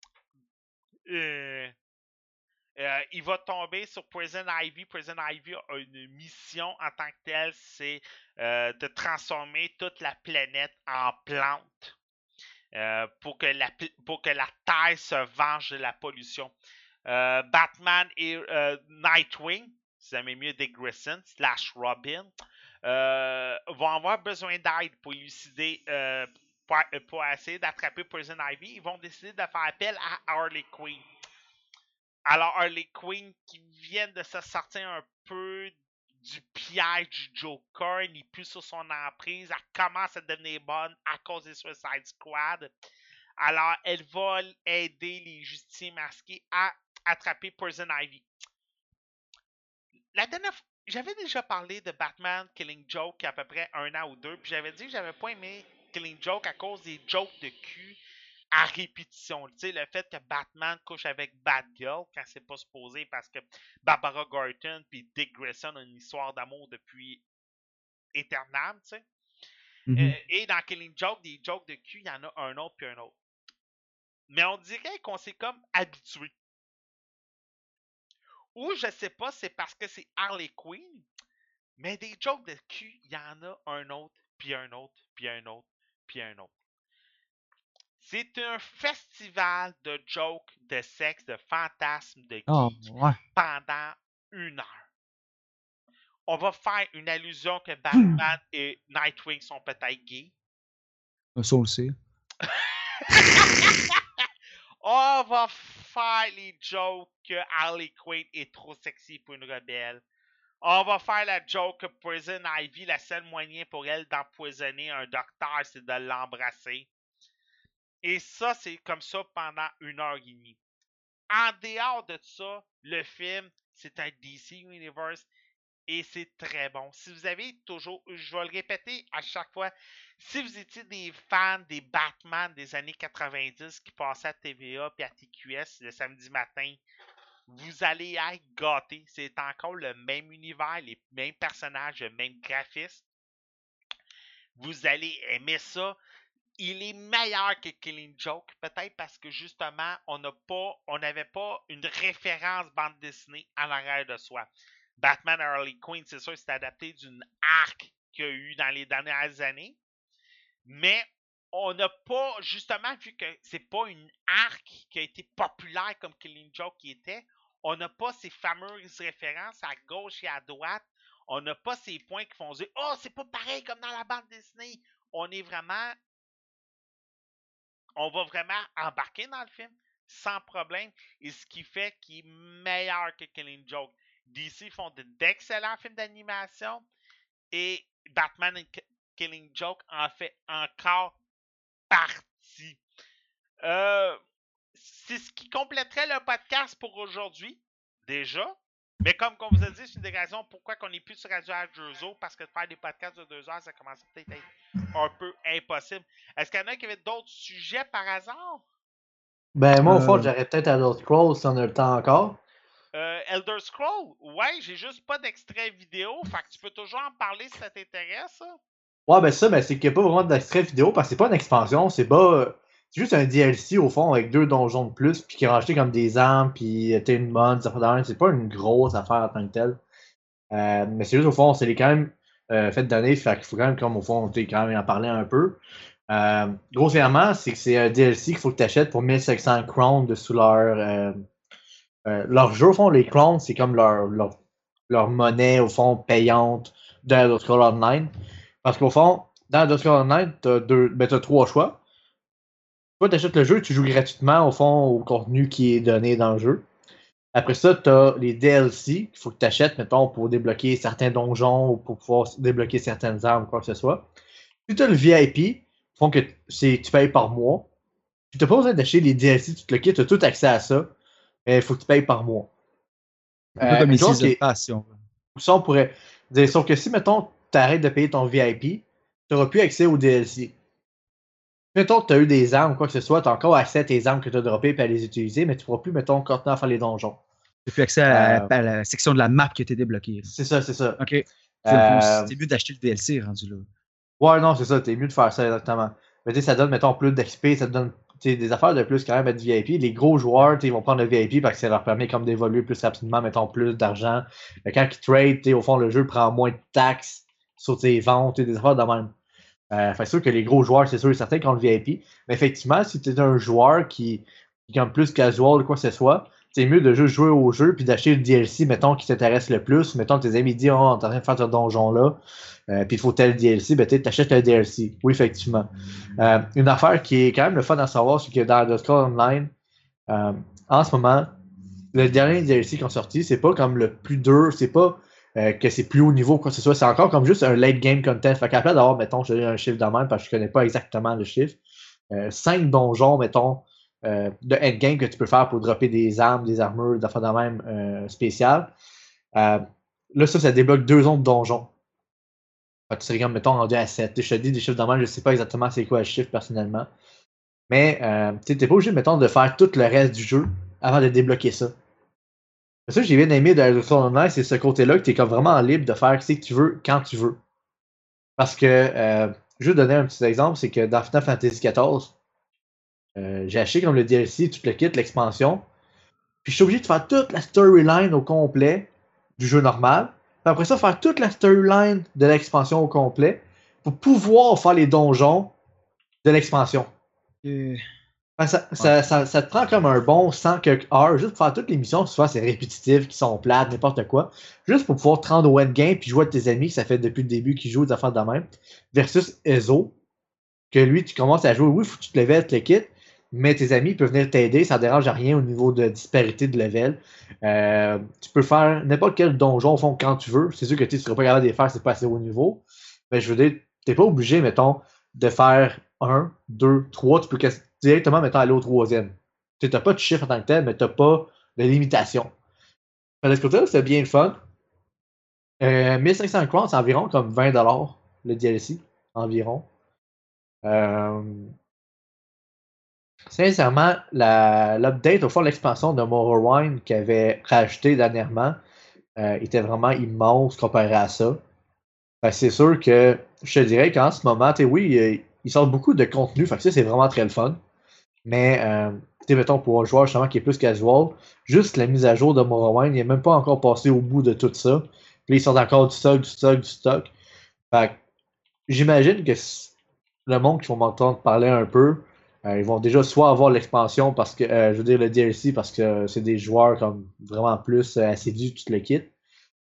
Euh, euh, il va tomber sur Poison Ivy. Poison Ivy a une mission en tant que telle, c'est euh, de transformer toute la planète en plante euh, pour, que la, pour que la Terre se venge de la pollution. Euh, Batman et euh, Nightwing, si vous aimez mieux Dick Grayson, slash Robin, euh, vont avoir besoin d'aide pour élucider, euh, pour, pour essayer d'attraper Poison Ivy. Ils vont décider de faire appel à Harley Quinn. Alors, Harley Quinn qui vient de se sortir un peu du piège du Joker, n'est plus sur son emprise, elle commence à devenir bonne à cause des Suicide Squad. Alors, elle va aider les justiciers masqués à attraper Poison Ivy. La dernière fois, j'avais déjà parlé de Batman Killing Joke il y a à peu près un an ou deux, puis j'avais dit que j'avais pas aimé Killing Joke à cause des jokes de cul à répétition. Tu sais, le fait que Batman couche avec Batgirl quand c'est pas supposé parce que Barbara Gordon puis Dick Grayson ont une histoire d'amour depuis éternelle, tu sais. Mhm. Euh, et dans Killing Joke, des jokes de cul, il y en a un autre puis un autre. Mais on dirait qu'on s'est comme habitué. Ou je sais pas, c'est parce que c'est Harley Quinn, mais des jokes de cul, il y en a un autre, puis un autre, puis un autre, puis un autre. C'est un festival de jokes, de sexe, de fantasmes, de Ah, geeks ouais. pendant une heure. On va faire une allusion que Batman et Nightwing sont peut-être gays. Ça, on le sait. On va faire les jokes que Harley Quinn est trop sexy pour une rebelle. On va faire la joke que Poison Ivy, la seule moyen pour elle d'empoisonner un docteur, c'est de l'embrasser. Et ça, c'est comme ça pendant une heure et demie. En dehors de ça, le film, c'est un D C Universe et c'est très bon. Si vous avez toujours, je vais le répéter à chaque fois, si vous étiez des fans des Batman des années quatre-vingt-dix qui passaient à T V A et à T Q S le samedi matin, vous allez être gâtés. C'est encore le même univers, les mêmes personnages, le même graphisme. Vous allez aimer ça. Il est meilleur que Killing Joke, peut-être parce que justement, on n'a pas, on n'avait pas une référence bande dessinée en arrière de soi. Batman Harley Quinn, c'est sûr, c'est adapté d'une arc qu'il y a eu dans les dernières années. Mais on n'a pas, justement, vu que c'est pas une arc qui a été populaire comme Killing Joke qui était, on n'a pas ces fameuses références à gauche et à droite. On n'a pas ces points qui font dire « Oh, c'est pas pareil comme dans la bande dessinée! » On est vraiment... On va vraiment embarquer dans le film sans problème. Et ce qui fait qu'il est meilleur que Killing Joke. D C font d'excellents films d'animation. Et Batman et Killing Joke en fait encore partie. Euh, c'est ce qui compléterait le podcast pour aujourd'hui. Déjà. Mais comme on vous a dit, c'est une des raisons pourquoi on n'est plus sur Radio H deux O, parce que de faire des podcasts de deux heures, ça commence peut-être à être un peu impossible. Est-ce qu'il y en a qui avaient d'autres sujets par hasard? Ben, moi, au fond, Euh. j'arrête peut-être à Elder Scrolls si on a le temps encore. Euh, Elder Scrolls? Ouais, j'ai juste pas d'extrait vidéo, fait que tu peux toujours en parler si ça t'intéresse. Ça. Ouais, ben ça, ben, c'est qu'il n'y a pas vraiment d'extrait vidéo parce que c'est pas une expansion, c'est pas. C'est juste un D L C au fond avec deux donjons de plus, puis qui est racheté comme des armes, puis t'as une mode, ça fait d'un. C'est pas une grosse affaire en tant que telle. Euh, mais c'est juste au fond, c'est les quand même euh, fait d'années, fait qu'il faut quand même, comme au fond, tu quand même en parler un peu. Euh, grossièrement, c'est que c'est un D L C qu'il faut que tu achètes pour mille cinq cents crowns de sous leur. Euh, euh, leur jeu, au fond, les crowns, c'est comme leur, leur, leur monnaie, au fond, payante de Elder Scrolls Online. Parce qu'au fond, dans Elder Scrolls Online, t'as deux, ben t'as trois choix. Soit tu achètes le jeu, tu joues gratuitement au fond au contenu qui est donné dans le jeu. Après ça, tu as les D L C qu'il faut que tu achètes, mettons, pour débloquer certains donjons ou pour pouvoir débloquer certaines armes ou quoi que ce soit. Puis tu as le V I P, font que c'est, tu payes par mois. Tu n'as pas besoin d'acheter les D L C, tu te le quittes, tu as tout accès à ça. Mais il faut que tu payes par mois. Un peu Euh, comme une les chose Season qui est- Pass, si on veut. Ça, on pourrait dire, sauf que si, mettons, tu arrêtes de payer ton V I P, tu n'auras plus accès aux D L C. Mettons que tu as eu des armes ou quoi que ce soit, tu as encore accès à tes armes que tu as droppées et à les utiliser, mais tu ne pourras plus, mettons, continuer à faire les donjons. J'ai plus accès à, Euh, à la section de la map qui a été débloquée. C'est ça, c'est ça. Ok. C'est Euh, c'est mieux d'acheter le D L C rendu là. Ouais, non, c'est ça, t'es mieux de faire ça exactement. Mais tu sais, ça donne, mettons, plus d'X P, ça te donne tu sais, des affaires de plus quand même à être V I P. Les gros joueurs, tu sais, ils vont prendre le V I P parce que ça leur permet comme d'évoluer plus rapidement, mettons, plus d'argent. Mais quand ils trade, tu sais, au fond, le jeu prend moins de taxes sur tes ventes, tu sais, des affaires de même. Euh, fait sûr que les gros joueurs, c'est sûr et certain, qui ont le V I P. Mais effectivement, si tu es un joueur qui, qui est comme plus casual ou quoi que ce soit, c'est mieux de juste jouer au jeu puis d'acheter le D L C, mettons, qui t'intéresse le plus. Mettons, tes amis disent, oh, on est en train de faire ce donjon-là, euh, puis il faut tel D L C, ben tu t'achètes le D L C. Oui, effectivement. Euh, une affaire qui est quand même le fun à savoir, c'est que dans Elder Scrolls Online, euh, en ce moment, le dernier D L C qui ont sorti, c'est pas comme le plus dur, c'est pas euh, que c'est plus haut niveau, quoi que ce soit, c'est encore comme juste un late game content. Fait qu'à place d'avoir, mettons, je donne un chiffre de même parce que je connais pas exactement le chiffre, euh, cinq donjons, mettons, euh, de endgame que tu peux faire pour dropper des armes, des armures, des affaires de même euh, spéciales. Euh, là, ça, ça débloque deux autres donjons. Fait que tu serais comme, mettons, rendu à sept. Je te dis des chiffres de même, je sais pas exactement c'est quoi le chiffre personnellement. Mais euh, tu n'es pas obligé, mettons, de faire tout le reste du jeu avant de débloquer ça. Ça, j'ai bien aimé de Elder Scrolls Online, c'est ce côté-là que tu es comme vraiment libre de faire ce que tu veux quand tu veux. Parce que, euh, je vais donner un petit exemple, c'est que dans Final Fantasy quatorze, euh, j'ai acheté comme le D L C, tu te le quittes, l'expansion. Puis je suis obligé de faire toute la storyline au complet du jeu normal. Puis après ça, faire toute la storyline de l'expansion au complet pour pouvoir faire les donjons de l'expansion. Euh, Enfin, ça, ça, ça, ça te prend comme un bon cent quelques heures juste pour faire toutes les missions, souvent c'est répétitif, qui sont plates, n'importe quoi. Juste pour pouvoir te rendre au endgame puis jouer avec tes amis, que ça fait depuis le début qu'ils jouent des affaires de même. Versus Ezo, que lui, tu commences à jouer, oui, il faut que tu te level, te le quittes, mais tes amis peuvent venir t'aider, ça ne dérange à rien au niveau de disparité de level. Euh, tu peux faire n'importe quel donjon au fond quand tu veux. C'est sûr que tu ne seras pas capable de les faire, c'est pas assez haut niveau. Mais je veux dire, tu n'es pas obligé, mettons, de faire un, deux, trois. Tu peux directement, mettons, aller au troisième. Tu n'as pas de chiffre en tant que tel, mais tu n'as pas de limitation. De ce côté-là, c'est bien le fun. Euh, mille cinq cents crowns, c'est environ comme vingt dollars le D L C. Environ. Euh, Sincèrement, l'update, au fond, l'expansion de Morrowind qu'ils avaient rajouté dernièrement euh, était vraiment immense comparé à ça. C'est sûr que je te dirais qu'en ce moment, oui, ils sortent beaucoup de contenu, fait que ça, c'est vraiment très le fun. Mais, euh, mettons, pour un joueur justement qui est plus casual, juste la mise à jour de Morrowind, il n'est même pas encore passé au bout de tout ça. Puis ils sortent encore du stock, du stock, du stock. Fait que j'imagine que le monde qui vont m'entendre parler un peu, euh, ils vont déjà soit avoir l'expansion parce que, euh, je veux dire, le D L C parce que c'est des joueurs comme vraiment plus euh, assidus, tu te le quittes.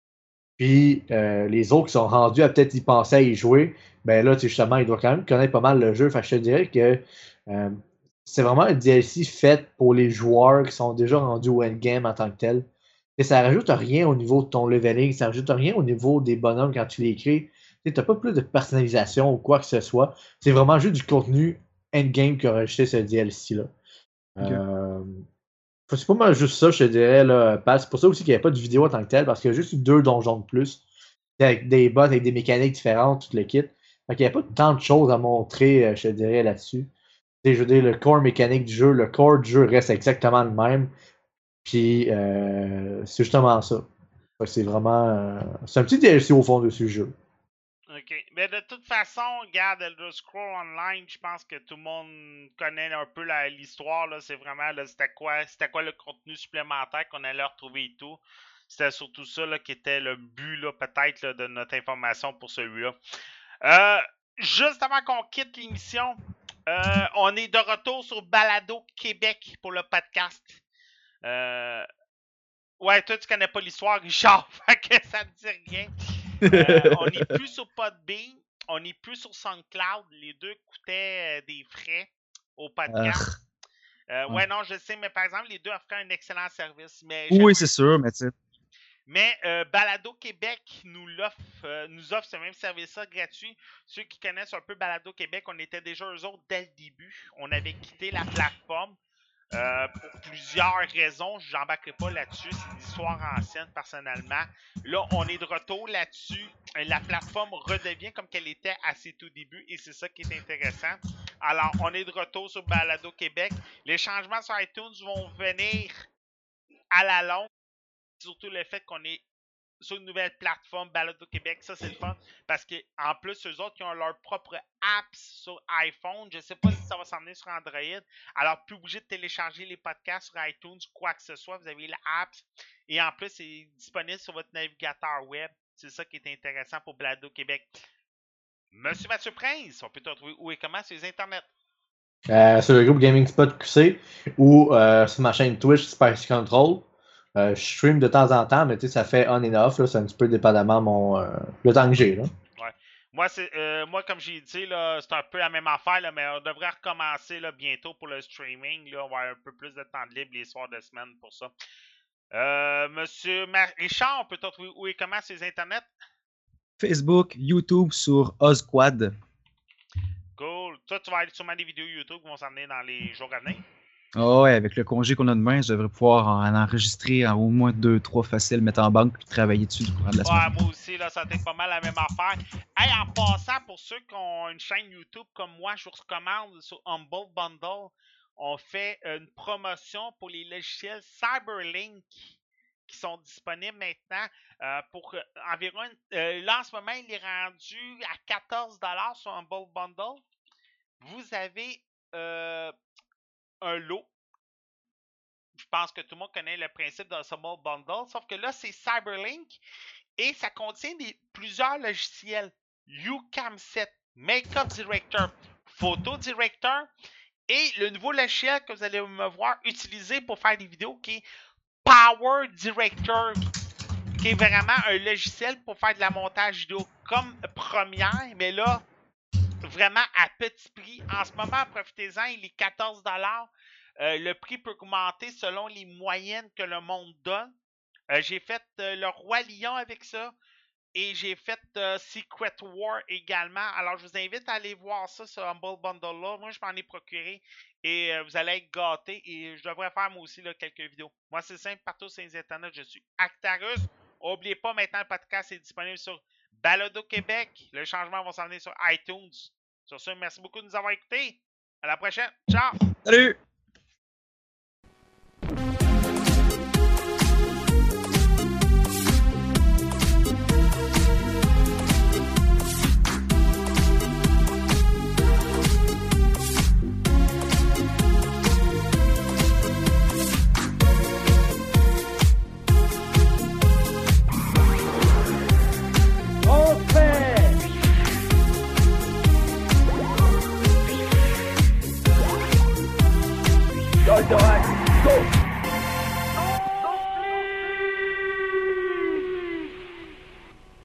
Puis euh, les autres qui sont rendus à peut-être y penser à y jouer, ben là, tu sais, justement, ils doivent quand même connaître pas mal le jeu. Fait que je te dirais que euh, c'est vraiment un D L C fait pour les joueurs qui sont déjà rendus au endgame en tant que tel. Et ça rajoute rien au niveau de ton leveling, ça rajoute rien au niveau des bonhommes quand tu les crées. Tu n'as pas plus de personnalisation ou quoi que ce soit. C'est vraiment juste du contenu endgame qui a rajouté ce D L C-là. Ok. Euh, c'est pas mal juste ça, je te dirais. Là, Pat. C'est pour ça aussi qu'il n'y avait pas de vidéo en tant que tel, parce qu'il y a juste deux donjons de plus. Avec des bots, avec des mécaniques différentes, tout le kit. Fait qu'il n'y a pas tant de choses à montrer, euh, je te dirais, là-dessus. Je veux dire, le core mécanique du jeu, le core du jeu reste exactement le même. Puis, euh, c'est justement ça. C'est vraiment. Euh, c'est un petit D L C au fond de ce jeu. OK. Mais de toute façon, regarde, Elder Scrolls Online, je pense que tout le monde connaît un peu l'histoire. C'est vraiment, là, c'était quoi, c'était quoi le contenu supplémentaire qu'on allait retrouver et tout. C'était surtout ça là, qui était le but, là, peut-être, là, de notre information pour celui-là. Euh, juste avant qu'on quitte l'émission, euh, on est de retour sur Balado Québec pour le podcast. Euh, ouais, toi, tu connais pas l'histoire, Richard, fait que ça te dit rien. Euh, on n'est plus sur Podbean, on n'est plus sur SoundCloud. Les deux coûtaient euh, des frais au podcast. Euh, ouais, non, je sais, mais par exemple, les deux offraient un excellent service. Mais Oui, c'est sûr, mais tu sais. Mais euh, Balado Québec nous, l'offre, euh, nous offre ce même service-là gratuit. Ceux qui connaissent un peu Balado Québec, on était déjà eux autres dès le début. On avait quitté la plateforme. Euh, pour plusieurs raisons, je n'embarquerai pas là-dessus, c'est une histoire ancienne personnellement. Là, on est de retour là-dessus. La plateforme redevient comme qu'elle était à ses tout débuts et c'est ça qui est intéressant. Alors, on est de retour sur Balado Québec. Les changements sur iTunes vont venir à la longue, surtout le fait qu'on est sur une nouvelle plateforme Balado Québec, ça c'est le fun parce que en plus eux autres qui ont leur propre apps sur iPhone, je sais pas si ça va s'emmener sur Android, alors plus obligé de télécharger les podcasts sur iTunes, quoi que ce soit, vous avez l'app et en plus c'est disponible sur votre navigateur web, c'est ça qui est intéressant pour Balado Québec. Monsieur Mathieu Prince, on peut te retrouver où et comment sur les internets? Euh, sur le groupe Gaming Spot Q C ou euh, sur ma chaîne Twitch Spicy Control. Euh, je stream de temps en temps, mais tu sais, ça fait on and off. C'est un petit peu dépendamment mon, euh, le temps que j'ai. Là. Ouais. Moi, c'est, euh, moi, comme j'ai dit, là, c'est un peu la même affaire, là, mais on devrait recommencer là, bientôt pour le streaming. Là, on va avoir un peu plus de temps de libre les soirs de semaine pour ça. Euh, Monsieur Mar- Richard, on peut te retrouver où et comment sur les internets? Facebook, YouTube sur Ozquad. Cool. Toi, tu vas aller sûrement des vidéos YouTube qui vont s'emmener dans les jours à venir. Oh ouais, avec le congé qu'on a demain, je devrais pouvoir en enregistrer en au moins deux, trois faciles, mettre en banque puis travailler dessus du courant de la semaine. Ouais, moi aussi, là, ça va être pas mal la même affaire. Hey, en passant, pour ceux qui ont une chaîne YouTube comme moi, je vous recommande sur Humble Bundle, on fait une promotion pour les logiciels Cyberlink qui sont disponibles maintenant euh, pour euh, environ... Euh, là, en ce moment, il est rendu à quatorze dollars sur Humble Bundle. Vous avez euh, un lot. Je pense que tout le monde connaît le principe d'un Humble Bundle, sauf que là, c'est Cyberlink et ça contient des, plusieurs logiciels. YouCam sept, Makeup Director, Photo Director et le nouveau logiciel que vous allez me voir utiliser pour faire des vidéos qui est Power Director, qui est vraiment un logiciel pour faire de la montage vidéo comme Premiere, mais là, vraiment à petit prix. En ce moment, profitez-en, il est quatorze dollars. Euh, le prix peut augmenter selon les moyennes que le monde donne. Euh, j'ai fait euh, le Roi Lion avec ça. Et j'ai fait euh, Secret War également. Alors, je vous invite à aller voir ça, ce Humble Bundle-là. Moi, je m'en ai procuré. Et euh, vous allez être gâtés. Et je devrais faire moi aussi là, quelques vidéos. Moi, c'est simple. Partout sur les internets, je suis Actarus. N'oubliez pas, maintenant, le podcast est disponible sur Balado Québec. Le changement va s'en venir sur iTunes. Sur ce, merci beaucoup de nous avoir écoutés. À la prochaine. Ciao! Salut! Go, go, go!